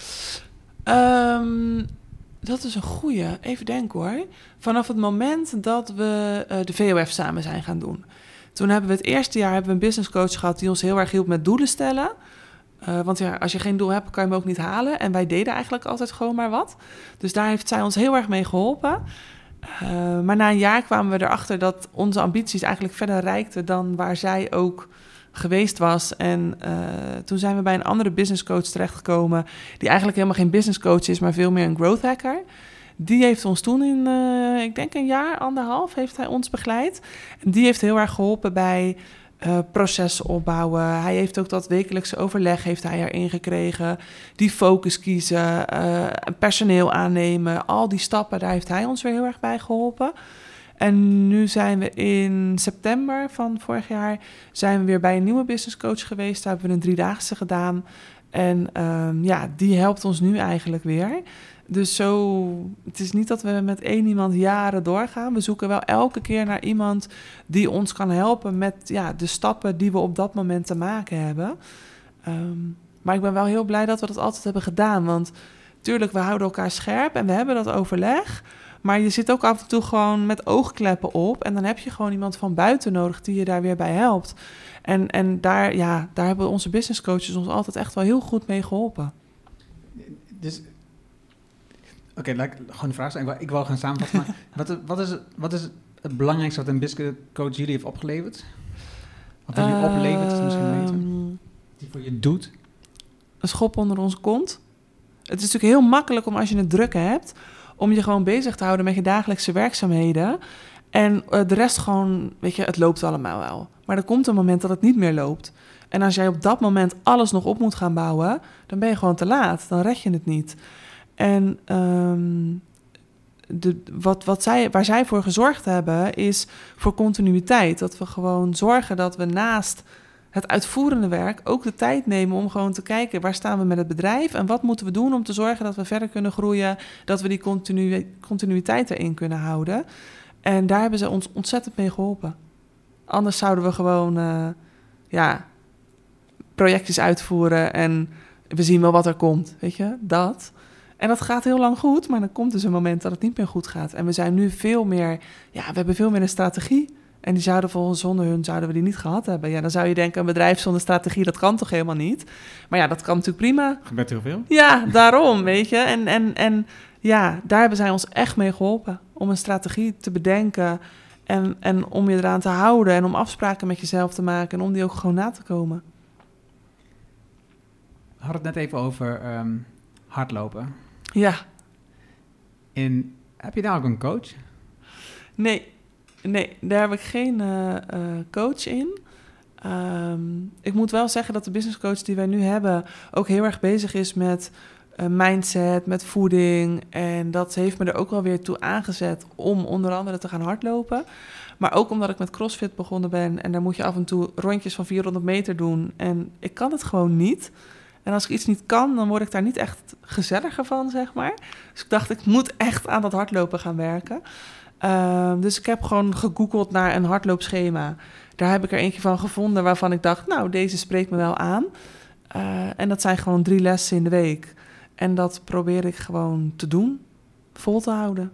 Dat is een goeie. Even denken hoor. Vanaf het moment dat we de VOF samen zijn gaan doen. Toen hebben we het eerste jaar een business coach gehad die ons heel erg hielp met doelen stellen. Want ja, als je geen doel hebt, kan je hem ook niet halen. En wij deden eigenlijk altijd gewoon maar wat. Dus daar heeft zij ons heel erg mee geholpen. Maar na een jaar kwamen we erachter dat onze ambities eigenlijk verder reikten dan waar zij ook geweest was. En toen zijn we bij een andere business coach terechtgekomen die eigenlijk helemaal geen business coach is, maar veel meer een growth hacker. Die heeft ons toen in, ik denk 1 jaar, 1,5, heeft hij ons begeleid. En die heeft heel erg geholpen bij processen opbouwen. Hij heeft ook dat wekelijkse overleg heeft hij erin gekregen. Die focus kiezen, personeel aannemen. Al die stappen, daar heeft hij ons weer heel erg bij geholpen. En nu zijn we in september van vorig jaar zijn we weer bij een nieuwe business coach geweest. Daar hebben we een 3-daagse gedaan. En die helpt ons nu eigenlijk weer. Dus het is niet dat we met 1 iemand jaren doorgaan. We zoeken wel elke keer naar iemand die ons kan helpen met de stappen die we op dat moment te maken hebben. Maar ik ben wel heel blij dat we dat altijd hebben gedaan. Want tuurlijk, we houden elkaar scherp en we hebben dat overleg. Maar je zit ook af en toe gewoon met oogkleppen op. En dan heb je gewoon iemand van buiten nodig die je daar weer bij helpt. En daar hebben onze business coaches ons altijd echt wel heel goed mee geholpen. Dus, oké, gewoon een vraag stellen. Ik wil gaan samenvatten. Maar wat is het belangrijkste wat een business coach jullie heeft opgeleverd? Wat jullie oplevert, is misschien weten. Die voor je doet? Een schop onder onze kont. Het is natuurlijk heel makkelijk om als je het druk hebt om je gewoon bezig te houden met je dagelijkse werkzaamheden. En de rest gewoon, weet je, het loopt allemaal wel. Maar er komt een moment dat het niet meer loopt. En als jij op dat moment alles nog op moet gaan bouwen, dan ben je gewoon te laat. Dan red je het niet. En waar zij voor gezorgd hebben, is voor continuïteit. Dat we gewoon zorgen dat we naast het uitvoerende werk ook de tijd nemen om gewoon te kijken waar staan we met het bedrijf en wat moeten we doen om te zorgen dat we verder kunnen groeien, dat we die continuïteit erin kunnen houden. En daar hebben ze ons ontzettend mee geholpen. Anders zouden we gewoon projectjes uitvoeren en we zien wel wat er komt, weet je, dat. En dat gaat heel lang goed, maar dan komt dus een moment dat het niet meer goed gaat. En we zijn nu veel meer, we hebben veel meer een strategie. En die zonder hun zouden we die niet gehad hebben. Ja, dan zou je denken, een bedrijf zonder strategie, dat kan toch helemaal niet? Maar ja, dat kan natuurlijk prima. Gebeurt heel veel. Ja, daarom, weet je. En daar hebben zij ons echt mee geholpen. Om een strategie te bedenken en om je eraan te houden. En om afspraken met jezelf te maken en om die ook gewoon na te komen. We hadden het net even over hardlopen. Ja. En heb je daar ook een coach? Nee, daar heb ik geen coach in. Ik moet wel zeggen dat de business coach die wij nu hebben ook heel erg bezig is met mindset, met voeding. En dat heeft me er ook wel weer toe aangezet om onder andere te gaan hardlopen. Maar ook omdat ik met CrossFit begonnen ben. En daar moet je af en toe rondjes van 400 meter doen. En ik kan het gewoon niet. En als ik iets niet kan, dan word ik daar niet echt gezelliger van, zeg maar. Dus ik dacht, ik moet echt aan dat hardlopen gaan werken. Dus ik heb gewoon gegoogeld naar een hardloopschema. Daar heb ik er eentje van gevonden waarvan ik dacht, nou, deze spreekt me wel aan. En dat zijn gewoon 3 lessen in de week. En dat probeer ik gewoon te doen, vol te houden.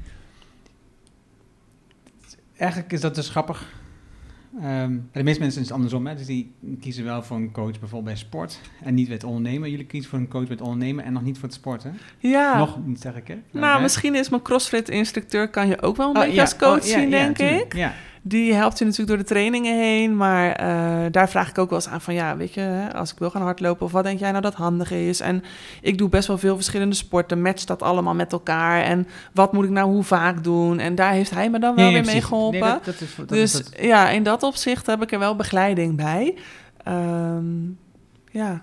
Eigenlijk is dat dus grappig. Bij de meeste mensen is het andersom. Hè? Dus die kiezen wel voor een coach bijvoorbeeld bij sport en niet bij het ondernemen. Jullie kiezen voor een coach bij het ondernemen en nog niet voor het sporten. Ja. Nog niet, zeg ik, hè? Nou, misschien is mijn CrossFit-instructeur kan je ook wel een beetje als coach zien, denk ik. Ja. Die helpt je natuurlijk door de trainingen heen. Maar daar vraag ik ook wel eens aan van... ja, weet je, hè, als ik wil gaan hardlopen... of wat denk jij nou dat handig is? En ik doe best wel veel verschillende sporten. Match dat allemaal met elkaar. En wat moet ik nou hoe vaak doen? En daar heeft hij me dan wel weer mee geholpen. Nee, ja, in dat opzicht heb ik er wel begeleiding bij. Ja.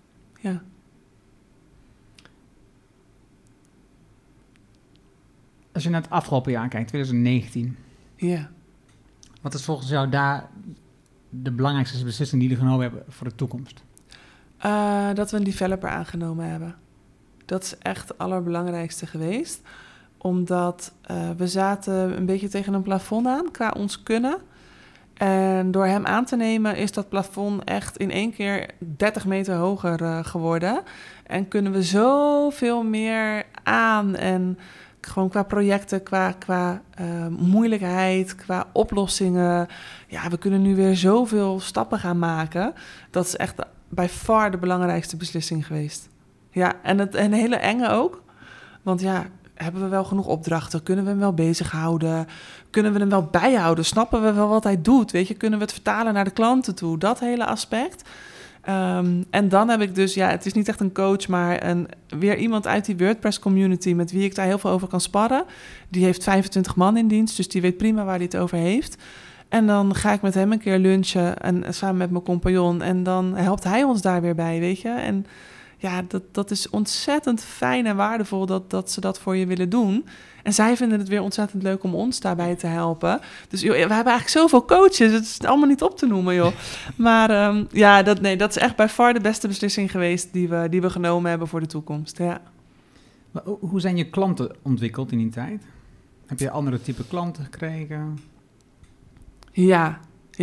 Als je naar het afgelopen jaar kijkt, 2019... Ja. Wat is volgens jou daar de belangrijkste beslissing die jullie genomen hebben voor de toekomst? Dat we een developer aangenomen hebben. Dat is echt het allerbelangrijkste geweest. Omdat we zaten een beetje tegen een plafond aan qua ons kunnen. En door hem aan te nemen is dat plafond echt in 1 keer 30 meter hoger geworden. En kunnen we zoveel meer aan en... Gewoon qua projecten, qua moeilijkheid, qua oplossingen. Ja, we kunnen nu weer zoveel stappen gaan maken. Dat is echt bij far de belangrijkste beslissing geweest. Ja, en een hele enge ook. Want ja, hebben we wel genoeg opdrachten? Kunnen we hem wel bezighouden? Kunnen we hem wel bijhouden? Snappen we wel wat hij doet? Weet je, kunnen we het vertalen naar de klanten toe? Dat hele aspect... en dan heb ik dus, ja, het is niet echt een coach, maar weer iemand uit die WordPress-community met wie ik daar heel veel over kan sparren. Die heeft 25 man in dienst, dus die weet prima waar hij het over heeft. En dan ga ik met hem een keer lunchen en samen met mijn compagnon en dan helpt hij ons daar weer bij, weet je. En ja, dat is ontzettend fijn en waardevol dat ze dat voor je willen doen. En zij vinden het weer ontzettend leuk om ons daarbij te helpen. Dus joh, we hebben eigenlijk zoveel coaches. Het is allemaal niet op te noemen, joh. Maar ja, dat is echt bij far de beste beslissing geweest die we genomen hebben voor de toekomst. Ja. Maar hoe zijn je klanten ontwikkeld in die tijd? Heb je andere type klanten gekregen? Ja.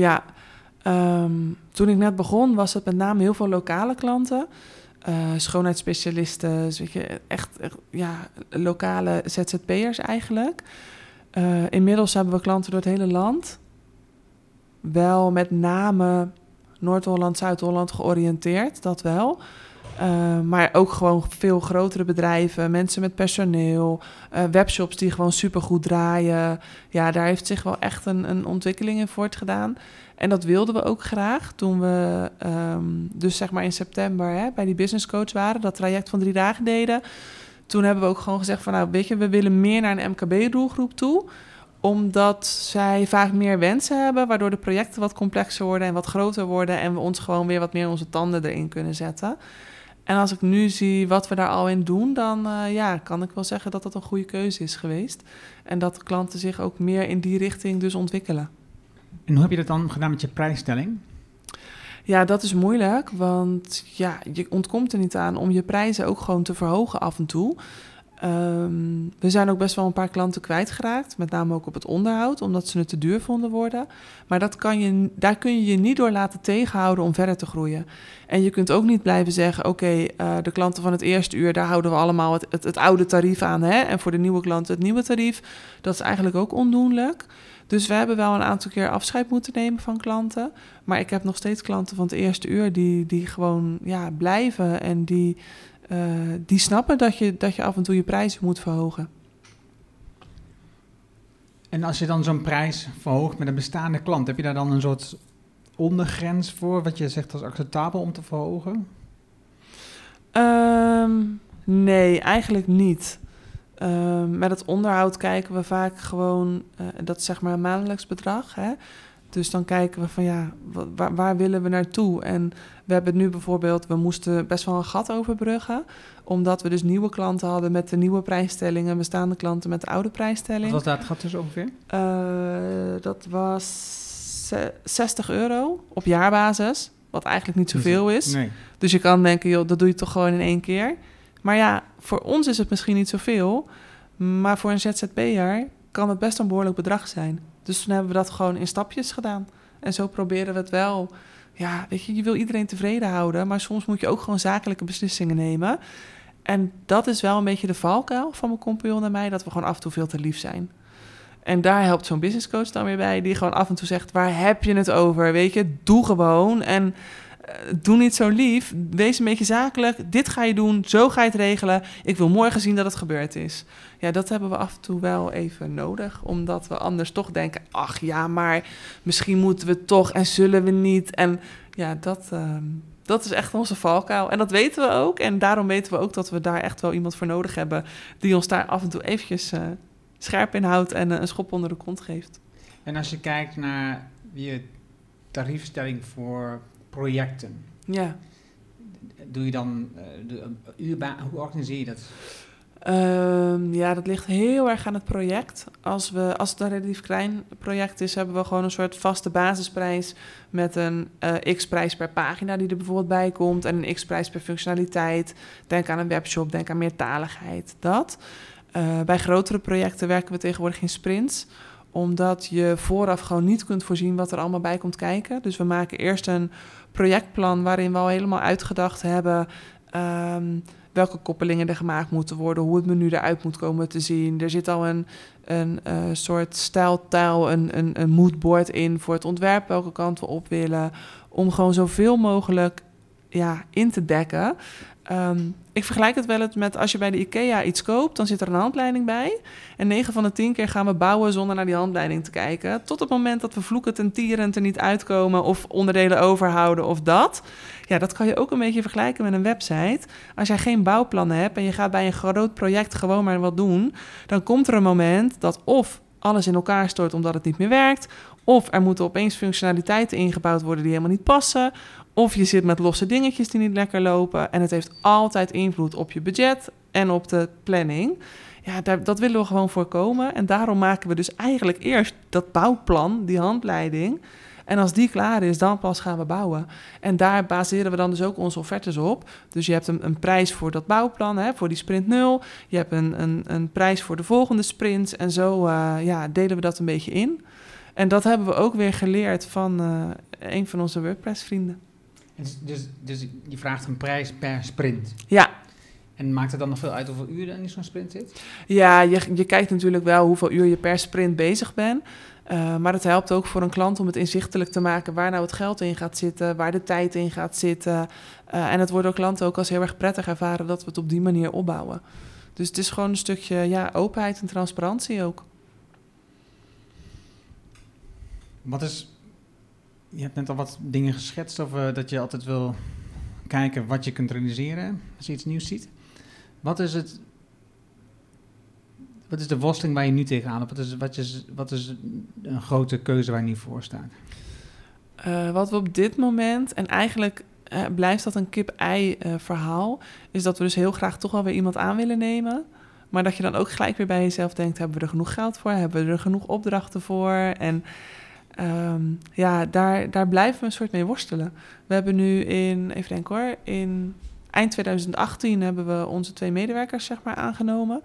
Toen ik net begon was het met name heel veel lokale klanten. Schoonheidsspecialisten, weet je, echt ja, lokale ZZP'ers eigenlijk. Inmiddels hebben we klanten door het hele land. Wel met name Noord-Holland, Zuid-Holland georiënteerd, dat wel. Maar ook gewoon veel grotere bedrijven, mensen met personeel, webshops die gewoon supergoed draaien. Ja, daar heeft zich wel echt een ontwikkeling in voortgedaan. En dat wilden we ook graag toen we dus zeg maar in september bij die business coach waren, dat traject van 3 dagen deden. Toen hebben we ook gewoon gezegd van nou weet je, we willen meer naar een MKB-doelgroep toe. Omdat zij vaak meer wensen hebben, waardoor de projecten wat complexer worden en wat groter worden. En we ons gewoon weer wat meer onze tanden erin kunnen zetten. En als ik nu zie wat we daar al in doen, dan kan ik wel zeggen dat dat een goede keuze is geweest. En dat de klanten zich ook meer in die richting dus ontwikkelen. En hoe heb je dat dan gedaan met je prijsstelling? Ja, dat is moeilijk, want ja, je ontkomt er niet aan om je prijzen ook gewoon te verhogen af en toe. We zijn ook best wel een paar klanten kwijtgeraakt, met name ook op het onderhoud, omdat ze het te duur vonden worden. Maar daar kun je je niet door laten tegenhouden om verder te groeien. En je kunt ook niet blijven zeggen, oké, de klanten van het eerste uur, daar houden we allemaal het oude tarief aan. Hè? En voor de nieuwe klanten het nieuwe tarief. Dat is eigenlijk ook ondoenlijk. Dus we hebben wel een aantal keer afscheid moeten nemen van klanten. Maar ik heb nog steeds klanten van het eerste uur die gewoon blijven en die snappen dat je af en toe je prijzen moet verhogen. En als je dan zo'n prijs verhoogt met een bestaande klant, heb je daar dan een soort ondergrens voor, wat je zegt als acceptabel om te verhogen? Nee, eigenlijk niet. Met het onderhoud kijken we vaak gewoon, dat is zeg maar een maandelijks bedrag. Hè? Dus dan kijken we van ja, waar willen we naartoe? En we hebben nu bijvoorbeeld, we moesten best wel een gat overbruggen. Omdat we dus nieuwe klanten hadden met de nieuwe prijsstellingen. Bestaande klanten met de oude prijsstelling. Wat was daar het gat tussen ongeveer? Dat was €60 op jaarbasis. Wat eigenlijk niet zoveel is. Nee. Dus je kan denken, joh, dat doe je toch gewoon in 1 keer. Maar ja, voor ons is het misschien niet zoveel. Maar voor een ZZP'er kan het best een behoorlijk bedrag zijn. Dus toen hebben we dat gewoon in stapjes gedaan. En zo proberen we het wel. Ja, weet je wil iedereen tevreden houden. Maar soms moet je ook gewoon zakelijke beslissingen nemen. En dat is wel een beetje de valkuil van mijn compagnon en mij. Dat we gewoon af en toe veel te lief zijn. En daar helpt zo'n businesscoach dan weer bij. Die gewoon af en toe zegt, waar heb je het over? Weet je, doe gewoon. En doe niet zo lief. Wees een beetje zakelijk. Dit ga je doen. Zo ga je het regelen. Ik wil morgen zien dat het gebeurd is. Ja, dat hebben we af en toe wel even nodig. Omdat we anders toch denken, ach ja, maar misschien moeten we toch en zullen we niet. En ja, dat is echt onze valkuil. En dat weten we ook. En daarom weten we ook dat we daar echt wel iemand voor nodig hebben. Die ons daar af en toe eventjes scherp in houdt en een schop onder de kont geeft. En als je kijkt naar je tariefstelling voor projecten. Ja. Doe je dan hoe organiseer je dat? Ja, dat ligt heel erg aan het project. Als het een relatief klein project is, hebben we gewoon een soort vaste basisprijs met een x-prijs per pagina die er bijvoorbeeld bij komt en een x-prijs per functionaliteit. Denk aan een webshop, denk aan meertaligheid. Dat. Bij grotere projecten werken we tegenwoordig in sprints, omdat je vooraf gewoon niet kunt voorzien wat er allemaal bij komt kijken. Dus we maken eerst een projectplan waarin we al helemaal uitgedacht hebben welke koppelingen er gemaakt moeten worden, hoe het menu eruit moet komen te zien. Er zit al een soort stijltaal, een moodboard in voor het ontwerp, welke kant we op willen, om gewoon zoveel mogelijk in te dekken. Ik vergelijk het wel eens met als je bij de IKEA iets koopt, dan zit er een handleiding bij. En 9 van de 10 keer gaan we bouwen zonder naar die handleiding te kijken. Tot het moment dat we vloekend en tierend er niet uitkomen of onderdelen overhouden of dat. Ja, dat kan je ook een beetje vergelijken met een website. Als jij geen bouwplannen hebt en je gaat bij een groot project gewoon maar wat doen, dan komt er een moment dat of alles in elkaar stort omdat het niet meer werkt, of er moeten opeens functionaliteiten ingebouwd worden die helemaal niet passen, of je zit met losse dingetjes die niet lekker lopen. En het heeft altijd invloed op je budget en op de planning. Ja, dat willen we gewoon voorkomen. En daarom maken we dus eigenlijk eerst dat bouwplan, die handleiding. En als die klaar is, dan pas gaan we bouwen. En daar baseren we dan dus ook onze offertes op. Dus je hebt een prijs voor dat bouwplan, voor die sprint 0. Je hebt een prijs voor de volgende sprints. En zo delen we dat een beetje in. En dat hebben we ook weer geleerd van een van onze WordPress-vrienden. Dus je vraagt een prijs per sprint? Ja. En maakt het dan nog veel uit hoeveel uur er in zo'n sprint zit? Ja, je kijkt natuurlijk wel hoeveel uur je per sprint bezig bent. Maar het helpt ook voor een klant om het inzichtelijk te maken waar nou het geld in gaat zitten, waar de tijd in gaat zitten. En het wordt door klanten ook als heel erg prettig ervaren dat we het op die manier opbouwen. Dus het is gewoon een stukje openheid en transparantie ook. Je hebt net al wat dingen geschetst over dat je altijd wil kijken wat je kunt realiseren als je iets nieuws ziet. Wat is de worsteling waar je nu tegenaan loopt? Wat is een grote keuze waar je nu voor staat? Wat we op dit moment, en eigenlijk blijft dat een kip-ei verhaal, is dat we dus heel graag toch wel weer iemand aan willen nemen. Maar dat je dan ook gelijk weer bij jezelf denkt, hebben we er genoeg geld voor? Hebben we er genoeg opdrachten voor? En daar blijven we een soort mee worstelen. We hebben nu in eind 2018 hebben we onze 2 medewerkers aangenomen.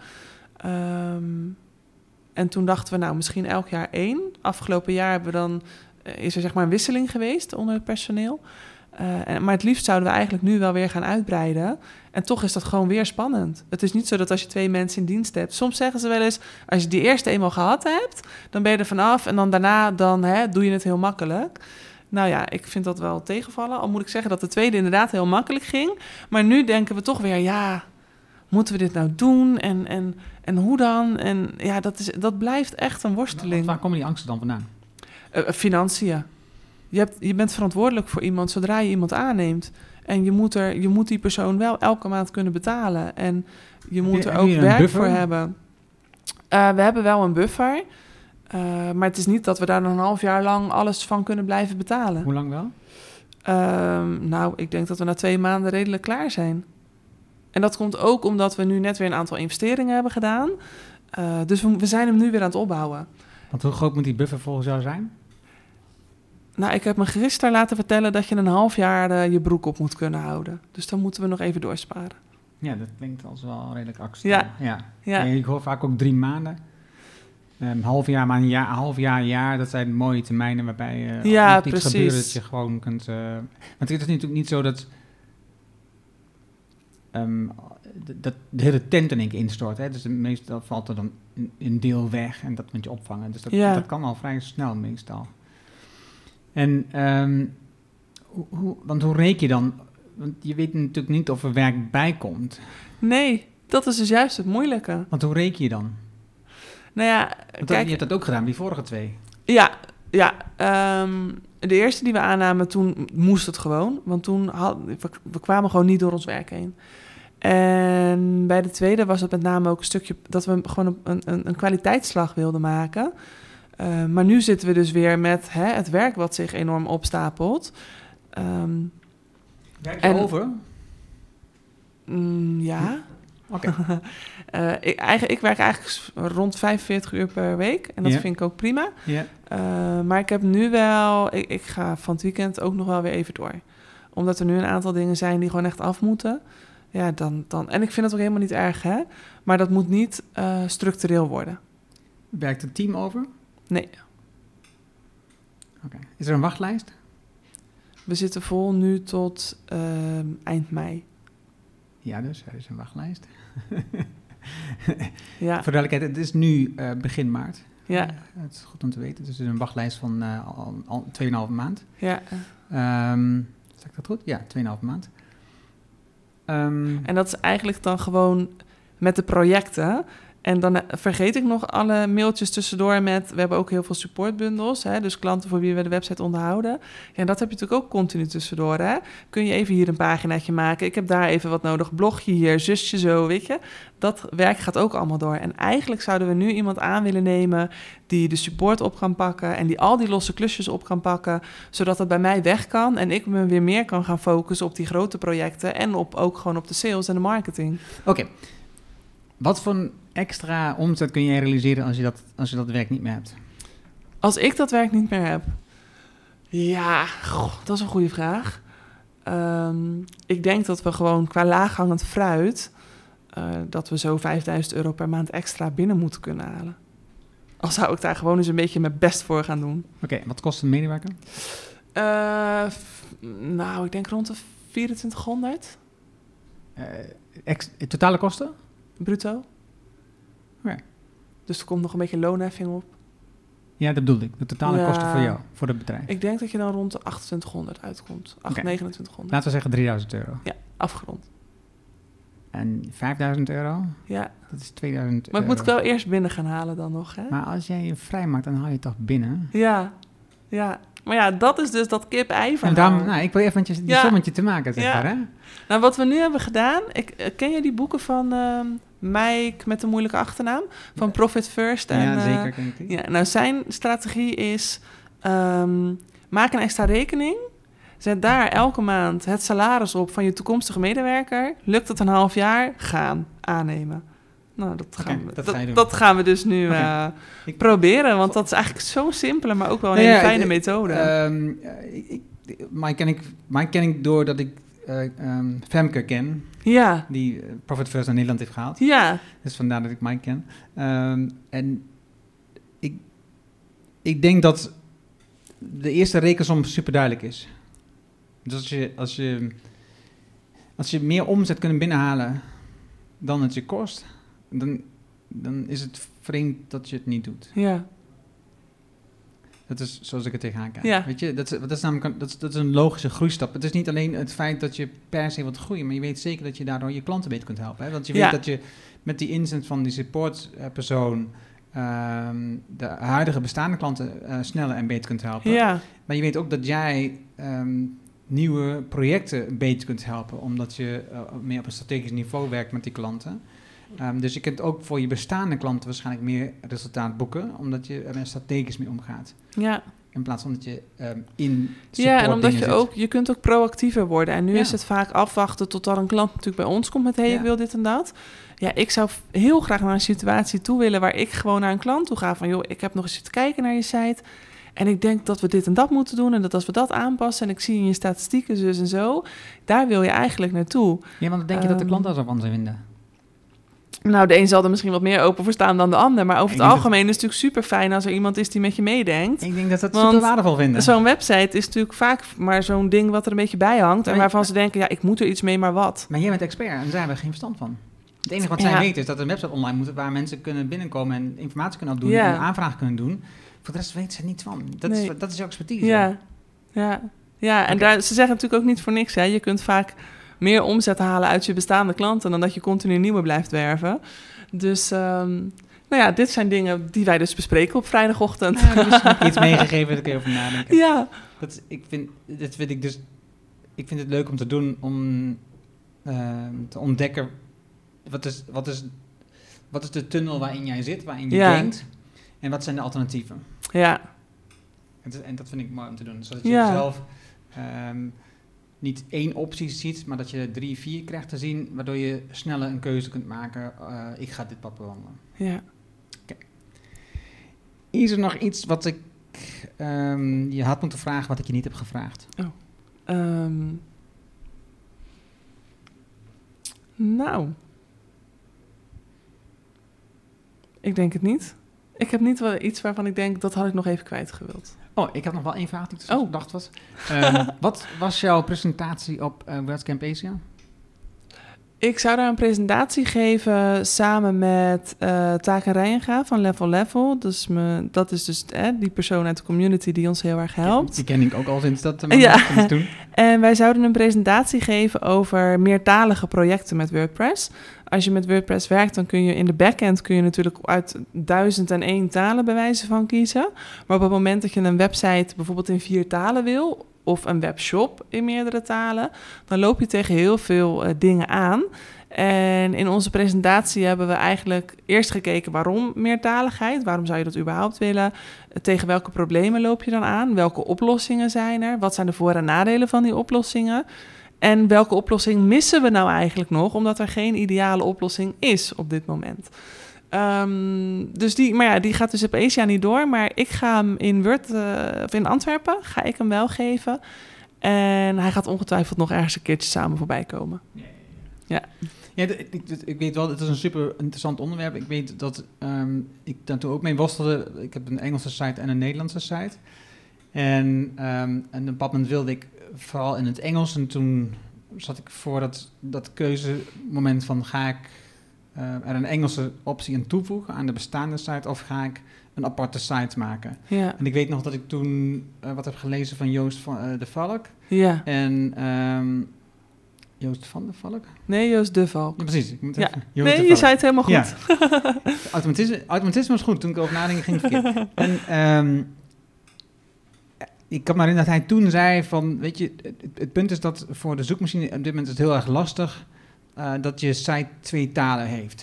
En toen dachten we, misschien elk jaar 1. Afgelopen jaar is er een wisseling geweest onder het personeel. Maar het liefst zouden we eigenlijk nu wel weer gaan uitbreiden. En toch is dat gewoon weer spannend. Het is niet zo dat als je 2 mensen in dienst hebt. Soms zeggen ze wel eens, als je die eerste eenmaal gehad hebt, dan ben je er vanaf. En dan daarna doe je het heel makkelijk. Nou ja, ik vind dat wel tegenvallen. Al moet ik zeggen dat de tweede inderdaad heel makkelijk ging. Maar nu denken we toch weer, moeten we dit nou doen? En hoe dan? En ja, dat blijft echt een worsteling. Waar komen die angsten dan vandaan? Financiën. Je bent verantwoordelijk voor iemand zodra je iemand aanneemt. En je moet die persoon wel elke maand kunnen betalen. En je moet er ook werk voor hebben. We hebben wel een buffer. Maar het is niet dat we daar nog een half jaar lang alles van kunnen blijven betalen. Hoe lang wel? Nou, ik denk dat we na 2 maanden redelijk klaar zijn. En dat komt ook omdat we nu net weer een aantal investeringen hebben gedaan. Dus we zijn hem nu weer aan het opbouwen. Want hoe groot moet die buffer volgens jou zijn? Nou, ik heb me gisteren laten vertellen dat je een half jaar je broek op moet kunnen houden. Dus dan moeten we nog even doorsparen. Ja, dat klinkt als wel redelijk acceptabel. Ja. En ik hoor vaak ook 3 maanden. Een half jaar, maar een half jaar, dat zijn mooie termijnen waarbij Ja, iets precies. gebeurt dat je gewoon kunt... want het is natuurlijk niet zo dat de hele tent in één keer instort. Hè? Dus meestal valt er dan een deel weg en dat moet je opvangen. Dus dat kan al vrij snel meestal. En want hoe reken je dan? Want je weet natuurlijk niet of er werk bij komt. Nee, dat is dus juist het moeilijke. Want hoe reken je dan? Nou ja, kijk... Je hebt dat ook gedaan, die vorige 2. Ja. De eerste die we aannamen, toen moest het gewoon. Want toen we kwamen gewoon niet door ons werk heen. En bij de tweede was het met name ook een stukje... dat we gewoon een kwaliteitsslag wilden maken. Maar nu zitten we dus weer met het werk wat zich enorm opstapelt. Werk je over? Ja. Oké. Ik werk eigenlijk rond 45 uur per week. En dat vind ik ook prima. Yeah. Maar ik heb nu wel... Ik ga van het weekend ook nog wel weer even door. Omdat er nu een aantal dingen zijn die gewoon echt af moeten. Ja, dan... En ik vind het ook helemaal niet erg, hè. Maar dat moet niet structureel worden. Werkt het team over? Nee. Oké. Is er een wachtlijst? We zitten vol nu tot eind mei. Ja, dus er is een wachtlijst. Ja. Voor duidelijkheid, het is nu begin maart. Ja. Het is goed om te weten. Dus er is een wachtlijst van al 2,5 maand. Ja. Zeg ik dat goed? Ja, 2,5 maand. En dat is eigenlijk dan gewoon met de projecten. En dan vergeet ik nog alle mailtjes tussendoor met... We hebben ook heel veel supportbundels, hè, dus klanten voor wie we de website onderhouden. Ja, en dat heb je natuurlijk ook continu tussendoor. Hè? Kun je even hier een paginaatje maken? Ik heb daar even wat nodig. Blogje hier, zusje zo, weet je. Dat werk gaat ook allemaal door. En eigenlijk zouden we nu iemand aan willen nemen... die de support op kan pakken... en die al die losse klusjes op kan pakken... zodat het bij mij weg kan... en ik me weer meer kan gaan focussen op die grote projecten... en ook gewoon op de sales en de marketing. Oké. Wat voor extra omzet kun je realiseren als je dat werk niet meer hebt? Als ik dat werk niet meer heb? Ja, dat is een goede vraag. Ik denk dat we gewoon qua laaghangend fruit... dat we zo €5.000 per maand extra binnen moeten kunnen halen. Al zou ik daar gewoon eens een beetje mijn best voor gaan doen. Oké, wat kost een medewerker? Nou, ik denk rond de 2400. Totale kosten? Bruto. Oké. Dus er komt nog een beetje loonheffing op. Ja, dat bedoel ik. De totale kosten voor jou, voor het bedrijf. Ik denk dat je dan rond de 2800 uitkomt. 2900. Laten we zeggen €3.000. Ja, afgerond. En €5.000? Ja. Dat is €2.000. Maar ik moet het wel eerst binnen gaan halen dan nog, hè? Maar als jij je vrijmaakt, dan haal je het toch binnen? Ja. Maar ja, dat is dus dat kip-ei verhaal. En daarom, ik wil even die sommetje te maken, zeg maar, hè? Nou, wat we nu hebben gedaan... ken je die boeken van Mike met de moeilijke achternaam? Van Profit First. Ja, zeker ken ik die. Ja, nou, zijn strategie is... maak een extra rekening. Zet daar elke maand het salaris op van je toekomstige medewerker. Lukt het een half jaar? Gaan aannemen. Nou, dat gaan we dus nu proberen. Want dat is eigenlijk zo'n simpele, maar ook wel een hele fijne methode. Mijn ken ik doordat ik Femke ken. Ja. Die Profit First naar Nederland heeft gehaald. Ja. Dus vandaar dat ik Mike ken. En ik denk dat de eerste rekensom super duidelijk is. Dus als je meer omzet kunt binnenhalen dan het je kost, dan is het vreemd dat je het niet doet. Ja. Dat is zoals ik er tegenaan kijk. Ja. Weet je, dat is namelijk dat is een logische groeistap. Het is niet alleen het feit dat je per se wilt groeien, maar je weet zeker dat je daardoor je klanten beter kunt helpen. Hè? Want je weet dat je met die inzet van die supportpersoon de huidige bestaande klanten sneller en beter kunt helpen. Ja. Maar je weet ook dat jij nieuwe projecten beter kunt helpen, omdat je meer op een strategisch niveau werkt met die klanten. Dus je kunt ook voor je bestaande klanten waarschijnlijk meer resultaat boeken, omdat je er strategisch mee omgaat. Ja. In plaats van dat je in support Ja, en omdat dingen je kunt ook proactiever worden. En nu Ja. is het vaak afwachten tot er een klant natuurlijk bij ons komt met... hey, Ja. ik wil dit en dat. Ja, ik zou heel graag naar een situatie toe willen... waar ik gewoon naar een klant toe ga van... joh, ik heb nog eens zitten kijken naar je site... en ik denk dat we dit en dat moeten doen... en dat als we dat aanpassen... en ik zie in je statistieken zus en zo... daar wil je eigenlijk naartoe. Ja, want dan denk je dat de klant daar zo van zou vinden. Nou, de een zal er misschien wat meer open voor staan dan de ander... maar over Ik het denk algemeen is het natuurlijk super fijn... als er iemand is die met je meedenkt... Ik denk dat ze het Want super waardevol vinden. Zo'n website is natuurlijk vaak maar zo'n ding wat er een beetje bij hangt... en Maar- waarvan ze denken, ja, ik moet er iets mee, maar wat? Maar jij bent expert en zij hebben er geen verstand van. Het enige wat Ja. zij weten is dat er een website online moet... waar mensen kunnen binnenkomen en informatie kunnen opdoen... Ja. en aanvragen kunnen doen. Voor de rest weten ze er niets van. Dat is jouw expertise. Ja, en Oké. daar, ze zeggen natuurlijk ook niet voor niks. Hè. Je kunt vaak meer omzet halen uit je bestaande klanten... dan dat je continu nieuwe blijft werven. Dus, nou ja, dit zijn dingen die wij dus bespreken op vrijdagochtend. Ja, dus heb je iets meegegeven, daar kun je over nadenken. Ja, Ik vind het leuk om te doen, om te ontdekken... Wat is de tunnel waarin jij zit, waarin je Ja. denkt... en wat zijn de alternatieven? ja, En dat vind ik mooi om te doen. Zodat je Ja. zelf niet één optie ziet, maar dat je 3, 4 krijgt te zien... waardoor je sneller een keuze kunt maken. Ik ga dit pad bewandelen. ja. Is er nog iets wat ik je had moeten vragen, wat ik je niet heb gevraagd? Nou, ik denk het niet. Ik heb niet wel iets waarvan ik denk, dat had ik nog even kwijt gewild. Oh, ik had nog wel één vraag die ik Oh. gedacht was. Wat was jouw presentatie op WordCamp Asia? Ik zou daar een presentatie geven samen met Taken Rijenga van Level. Dus dat is dus die persoon uit de community die ons heel erg helpt. Die ken ik ook al sinds dat Ja. toen. En wij zouden een presentatie geven over meertalige projecten met WordPress. Als je met WordPress werkt, dan kun je in de backend natuurlijk uit 1001 talen bij wijze van kiezen. Maar op het moment dat je een website bijvoorbeeld in 4 talen wil... of een webshop in meerdere talen... dan loop je tegen heel veel dingen aan. En in onze presentatie hebben we eigenlijk eerst gekeken... waarom meertaligheid? Waarom zou je dat überhaupt willen? Tegen welke problemen loop je dan aan? Welke oplossingen zijn er? Wat zijn de voor- en nadelen van die oplossingen? En welke oplossing missen we nou eigenlijk nog... omdat er geen ideale oplossing is op dit moment... Dus die gaat dus op Asia niet door. Maar ik ga hem in Antwerpen ga ik hem wel geven. En hij gaat ongetwijfeld nog ergens een keertje samen voorbij komen. Ja, ik weet wel, het is een super interessant onderwerp. Ik weet dat ik daar toen ook mee worstelde. Ik heb een Engelse site en een Nederlandse site. En op een bepaald moment wilde ik vooral in het Engels. En toen zat ik voor dat keuzemoment van... ga ik er een Engelse optie aan toevoegen aan de bestaande site... of ga ik een aparte site maken? Ja, En ik weet nog dat ik toen wat heb gelezen van Joost van de Valk. ja. En Joost van de Valk? Nee, Joost de Valk. Ja, precies. Ik moet Ja. even, Joost Nee, de je Valk. zei het helemaal goed. Ja. Automatisme was goed. Toen ik erover nadenk, ging het verkeerd. En ik kan me herinneren dat hij toen zei van... Weet je, het punt is dat voor de zoekmachine... op dit moment is het heel erg lastig... dat je site 2 talen heeft.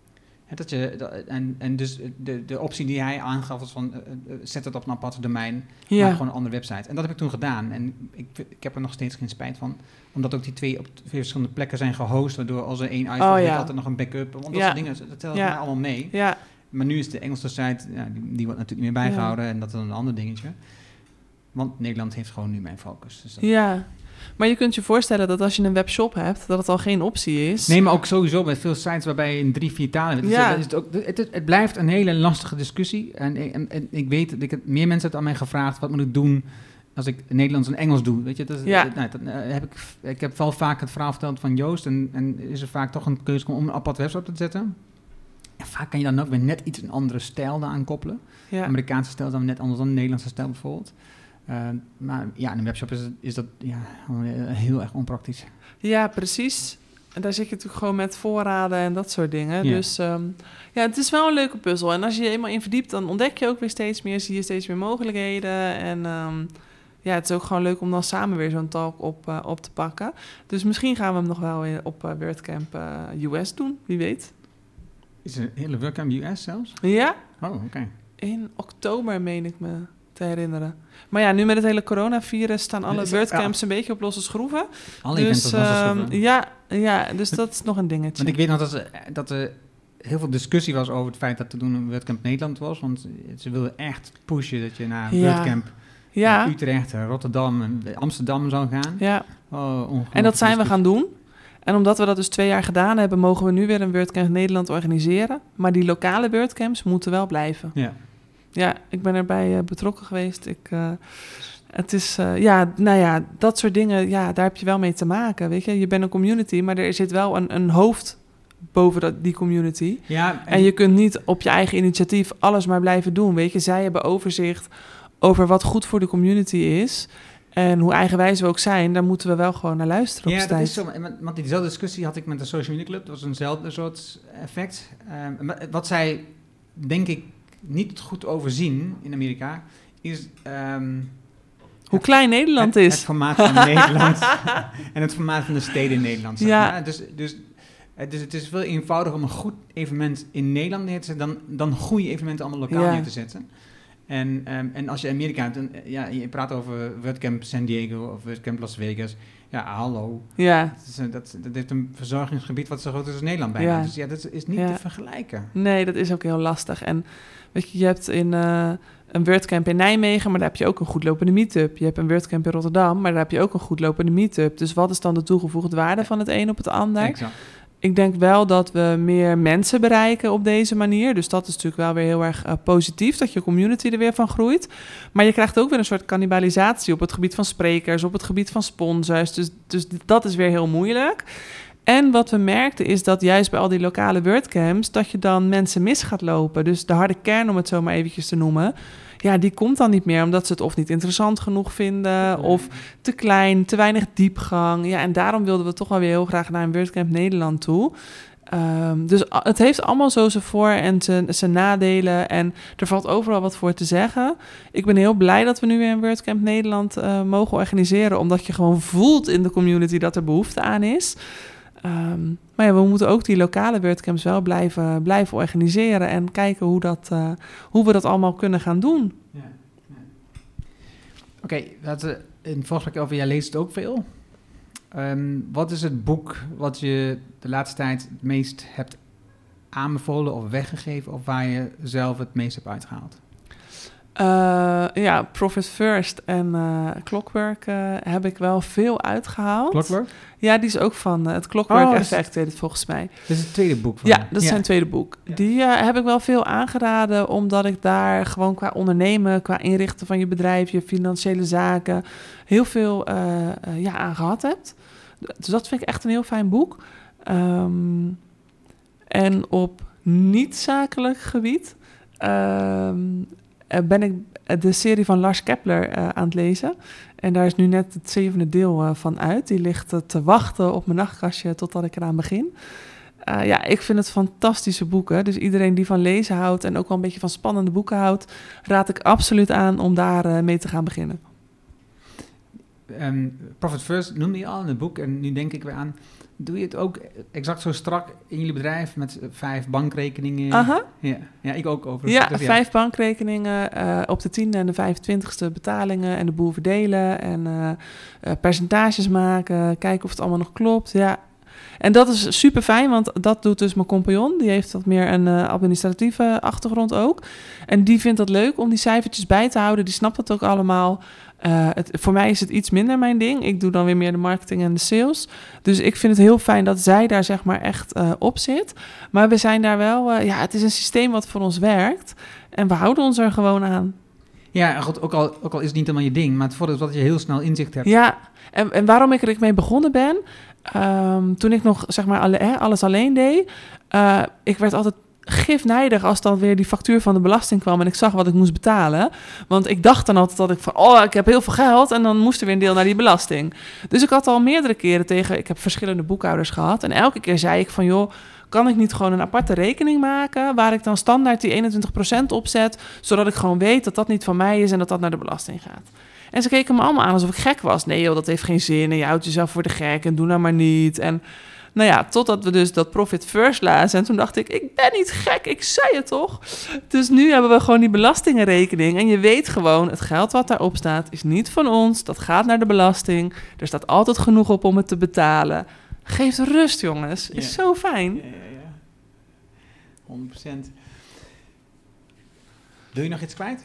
En dus de optie die hij aangaf was van... zet het op een apart domein, Ja. maak gewoon een andere website. En dat heb ik toen gedaan. En ik heb er nog steeds geen spijt van. Omdat ook die 2 op 2 verschillende plekken zijn gehost... waardoor als er 1 iPhone heeft, altijd nog een backup. Want dat Ja. soort dingen, dat telt Ja. mij allemaal mee. Ja, Maar nu is de Engelse site... Ja, die wordt natuurlijk niet meer bijgehouden. En dat is dan een ander dingetje. Want Nederland heeft gewoon nu mijn focus. Dus dat... ja. Maar je kunt je voorstellen dat als je een webshop hebt... dat het al geen optie is. Nee, maar ook sowieso bij veel sites waarbij je in 3, 4 talen bent. Ja. Dus het blijft een hele lastige discussie. En ik weet dat meer mensen het aan mij gevraagd... wat moet ik doen als ik Nederlands en Engels doe? Weet je, ik heb wel vaak het verhaal verteld van Joost... en is er vaak toch een keuze om een apart website te zetten. En vaak kan je dan ook weer net iets een andere stijl aan koppelen. Ja. Amerikaanse stijl is dan net anders dan de Nederlandse stijl bijvoorbeeld. Maar ja, in een webshop is dat heel erg onpraktisch. Ja, precies. En daar zit je natuurlijk gewoon met voorraden en dat soort dingen. Ja. Dus het is wel een leuke puzzel. En als je je eenmaal in verdiept, dan ontdek je ook weer steeds meer, zie je steeds meer mogelijkheden. En het is ook gewoon leuk om dan samen weer zo'n talk op te pakken. Dus misschien gaan we hem nog wel op WordCamp US doen, wie weet. Is er een hele WordCamp US zelfs? Ja, Oh, oké. in oktober meen ik me te herinneren. Maar ja, nu met het hele coronavirus staan alle WordCamps een beetje op losse schroeven. Alle events Dus op losse schroeven. ja, dus dat is nog een dingetje. Want ik weet nog dat er heel veel discussie was over het feit dat er toen een WordCamp Nederland was. Want ze wilden echt pushen dat je naar WordCamp Utrecht, Rotterdam en Amsterdam zou gaan. Ja, Oh, en dat zijn we gaan doen. En omdat we dat dus 2 jaar gedaan hebben, mogen we nu weer een WordCamp Nederland organiseren. Maar die lokale WordCamps moeten wel blijven. Ja. Ja, ik ben erbij betrokken geweest. Het is, dat soort dingen, daar heb je wel mee te maken, weet je. Je bent een community, maar er zit wel een hoofd boven die community. Ja, en je kunt niet op je eigen initiatief alles maar blijven doen, weet je. Zij hebben overzicht over wat goed voor de community is. En hoe eigenwijs we ook zijn, daar moeten we wel gewoon naar luisteren. Ja, dat is zo. Want diezelfde discussie had ik met de Social Media Club. Dat was eenzelfde soort effect. Wat zij, denk ik, niet goed overzien in Amerika, is hoe klein Nederland is. Het formaat van Nederland en het formaat van de steden in Nederland. Zeg maar. Ja. Dus het is veel eenvoudiger om een goed evenement in Nederland neer te zetten dan goede evenementen allemaal lokaal neer te zetten. En als je Amerika hebt, je praat over WordCamp San Diego of WordCamp Las Vegas. Ja, hallo. Ja. Dat heeft een verzorgingsgebied wat zo groot is als Nederland bijna. Ja. Dus dat is niet te vergelijken. Nee, dat is ook heel lastig. En weet je hebt in een WordCamp in Nijmegen, maar daar heb je ook een goedlopende meetup. Je hebt een WordCamp in Rotterdam, maar daar heb je ook een goedlopende meetup. Dus wat is dan de toegevoegde waarde van het een op het ander? Exact. Ik denk wel dat we meer mensen bereiken op deze manier. Dus dat is natuurlijk wel weer heel erg positief, dat je community er weer van groeit. Maar je krijgt ook weer een soort cannibalisatie op het gebied van sprekers, op het gebied van sponsors. Dus dat is weer heel moeilijk. En wat we merkten is dat juist bij al die lokale WordCamps, dat je dan mensen mis gaat lopen. Dus de harde kern, om het zo maar eventjes te noemen, die komt dan niet meer, omdat ze het of niet interessant genoeg vinden, of te klein, te weinig diepgang. Ja, en daarom wilden we toch wel weer heel graag naar een WordCamp Nederland toe. Dus het heeft allemaal zo zijn voor- en zijn nadelen. En er valt overal wat voor te zeggen. Ik ben heel blij dat we nu weer een WordCamp Nederland mogen organiseren, omdat je gewoon voelt in de community dat er behoefte aan is. Maar we moeten ook die lokale WordCamps wel blijven organiseren en kijken hoe we dat allemaal kunnen gaan doen. Ja. Oké, in volgens mij over jij leest het ook veel. Wat is het boek wat je de laatste tijd het meest hebt aanbevolen of weggegeven, of waar je zelf het meest hebt uitgehaald? Profit First en Clockwork heb ik wel veel uitgehaald. Clockwork? Ja, die is ook van het Clockwork Effect, heet het volgens mij. Dat is het tweede boek van dat is zijn tweede boek. Ja. Die heb ik wel veel aangeraden, omdat ik daar gewoon qua ondernemen, qua inrichten van je bedrijf, je financiële zaken, heel veel aan gehad heb. Dus dat vind ik echt een heel fijn boek. En op niet-zakelijk gebied ben ik de serie van Lars Kepler aan het lezen. En daar is nu net het 7e deel van uit. Die ligt te wachten op mijn nachtkastje totdat ik eraan begin. Ik vind het fantastische boeken. Dus iedereen die van lezen houdt en ook wel een beetje van spannende boeken houdt, raad ik absoluut aan om daar mee te gaan beginnen. Profit First noemde je al in het boek en nu denk ik weer aan. Doe je het ook exact zo strak in jullie bedrijf met 5 bankrekeningen? Aha. Ja, ik ook overigens. Ja, 5 bankrekeningen, op de 10e en de 25e betalingen en de boel verdelen en percentages maken, kijken of het allemaal nog klopt. Ja. En dat is super fijn, want dat doet dus mijn compagnon. Die heeft wat meer een administratieve achtergrond ook. En die vindt dat leuk om die cijfertjes bij te houden. Die snapt dat ook allemaal. Voor mij is het iets minder mijn ding. Ik doe dan weer meer de marketing en de sales. Dus ik vind het heel fijn dat zij daar zeg maar echt op zit. Maar we zijn daar wel... het is een systeem wat voor ons werkt. En we houden ons er gewoon aan. Ja, goed, ook al is het niet helemaal je ding. Maar het voordeel is dat je heel snel inzicht hebt. Ja, en waarom ik er mee begonnen ben... toen ik nog zeg maar alles alleen deed... ik werd altijd gifnijdig als dan weer die factuur van de belasting kwam en ik zag wat ik moest betalen. Want ik dacht dan altijd dat ik van, ik heb heel veel geld en dan moest er weer een deel naar die belasting. Dus ik had al meerdere keren ik heb verschillende boekhouders gehad en elke keer zei ik van, joh, kan ik niet gewoon een aparte rekening maken waar ik dan standaard die 21% op zet, zodat ik gewoon weet dat dat niet van mij is en dat dat naar de belasting gaat. En ze keken me allemaal aan alsof ik gek was. Nee joh, dat heeft geen zin en je houdt jezelf voor de gek en doe nou maar niet. En Nou ja, totdat we dus dat Profit First lazen. En toen dacht ik ben niet gek, ik zei het toch? Dus nu hebben we gewoon die belastingenrekening. En je weet gewoon, het geld wat daarop staat is niet van ons. Dat gaat naar de belasting. Er staat altijd genoeg op om het te betalen. Geeft rust, jongens. Is zo fijn. Ja. 100%. Wil je nog iets kwijt?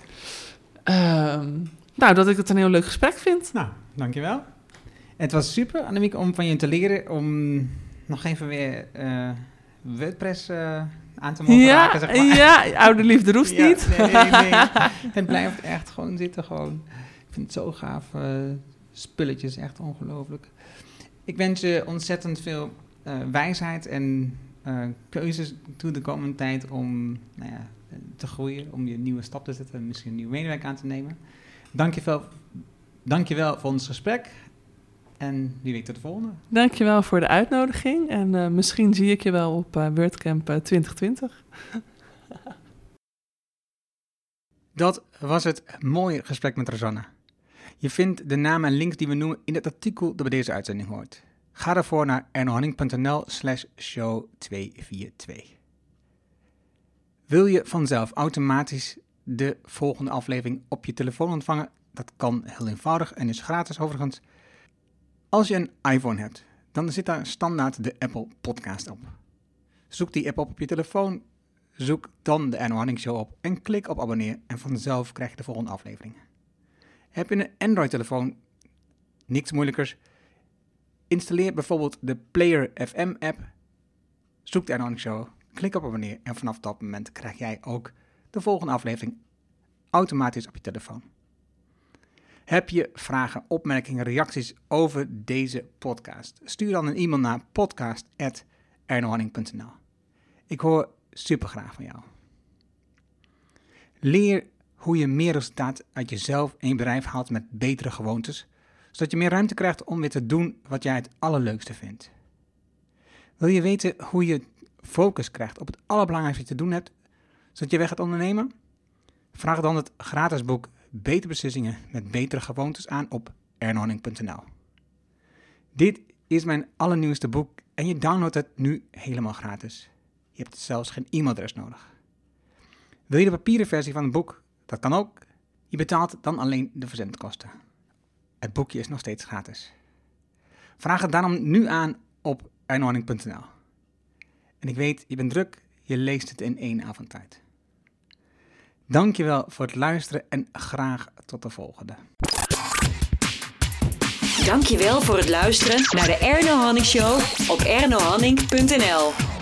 Nou, dat ik het een heel leuk gesprek vind. Nou, dankjewel. Het was super, Annemieke, om van je te leren om nog even weer WordPress aan te mogen raken, zeg maar. Ja, oude liefde roest niet. Nee. Het blijft echt gewoon zitten. Ik vind het zo gaaf. Spulletjes, echt ongelooflijk. Ik wens je ontzettend veel wijsheid en keuzes toe de komende tijd om te groeien, om je nieuwe stap te zetten en misschien een nieuwe medewerker aan te nemen. Dankjewel voor ons gesprek en wie weet tot de volgende. Dankjewel voor de uitnodiging en misschien zie ik je wel op WordCamp 2020. Dat was het mooie gesprek met Rosanna. Je vindt de namen en links die we noemen in het artikel dat bij deze uitzending hoort. Ga daarvoor naar ernohanning.nl/show242. Wil je vanzelf automatisch de volgende aflevering op je telefoon ontvangen? Dat kan heel eenvoudig en is gratis overigens. Als je een iPhone hebt, dan zit daar standaard de Apple Podcast op. Zoek die app op je telefoon, zoek dan de Erno Hanning Show op en klik op abonneer en vanzelf krijg je de volgende aflevering. Heb je een Android-telefoon? Niks moeilijkers. Installeer bijvoorbeeld de Player FM app, zoek de Erno Hanning Show, klik op abonneer en vanaf dat moment krijg jij ook de volgende aflevering automatisch op je telefoon. Heb je vragen, opmerkingen, reacties over deze podcast? Stuur dan een e-mail naar podcast@ernohanning.nl. Ik hoor supergraag van jou. Leer hoe je meer resultaat uit jezelf en je bedrijf haalt met betere gewoontes, zodat je meer ruimte krijgt om weer te doen wat jij het allerleukste vindt. Wil je weten hoe je focus krijgt op het allerbelangrijkste wat je te doen hebt, zodat je weg gaat ondernemen? Vraag dan het gratis boek Betere Beslissingen met Betere Gewoontes aan op ernohanning.nl. Dit is mijn allernieuwste boek en je downloadt het nu helemaal gratis. Je hebt zelfs geen e-mailadres nodig. Wil je de papieren versie van het boek? Dat kan ook. Je betaalt dan alleen de verzendkosten. Het boekje is nog steeds gratis. Vraag het daarom nu aan op ernohanning.nl. En ik weet, je bent druk, je leest het in 1 avond tijd. Dankjewel voor het luisteren en graag tot de volgende. Dankjewel voor het luisteren naar de Erno Hanning Show op ernohanning.nl.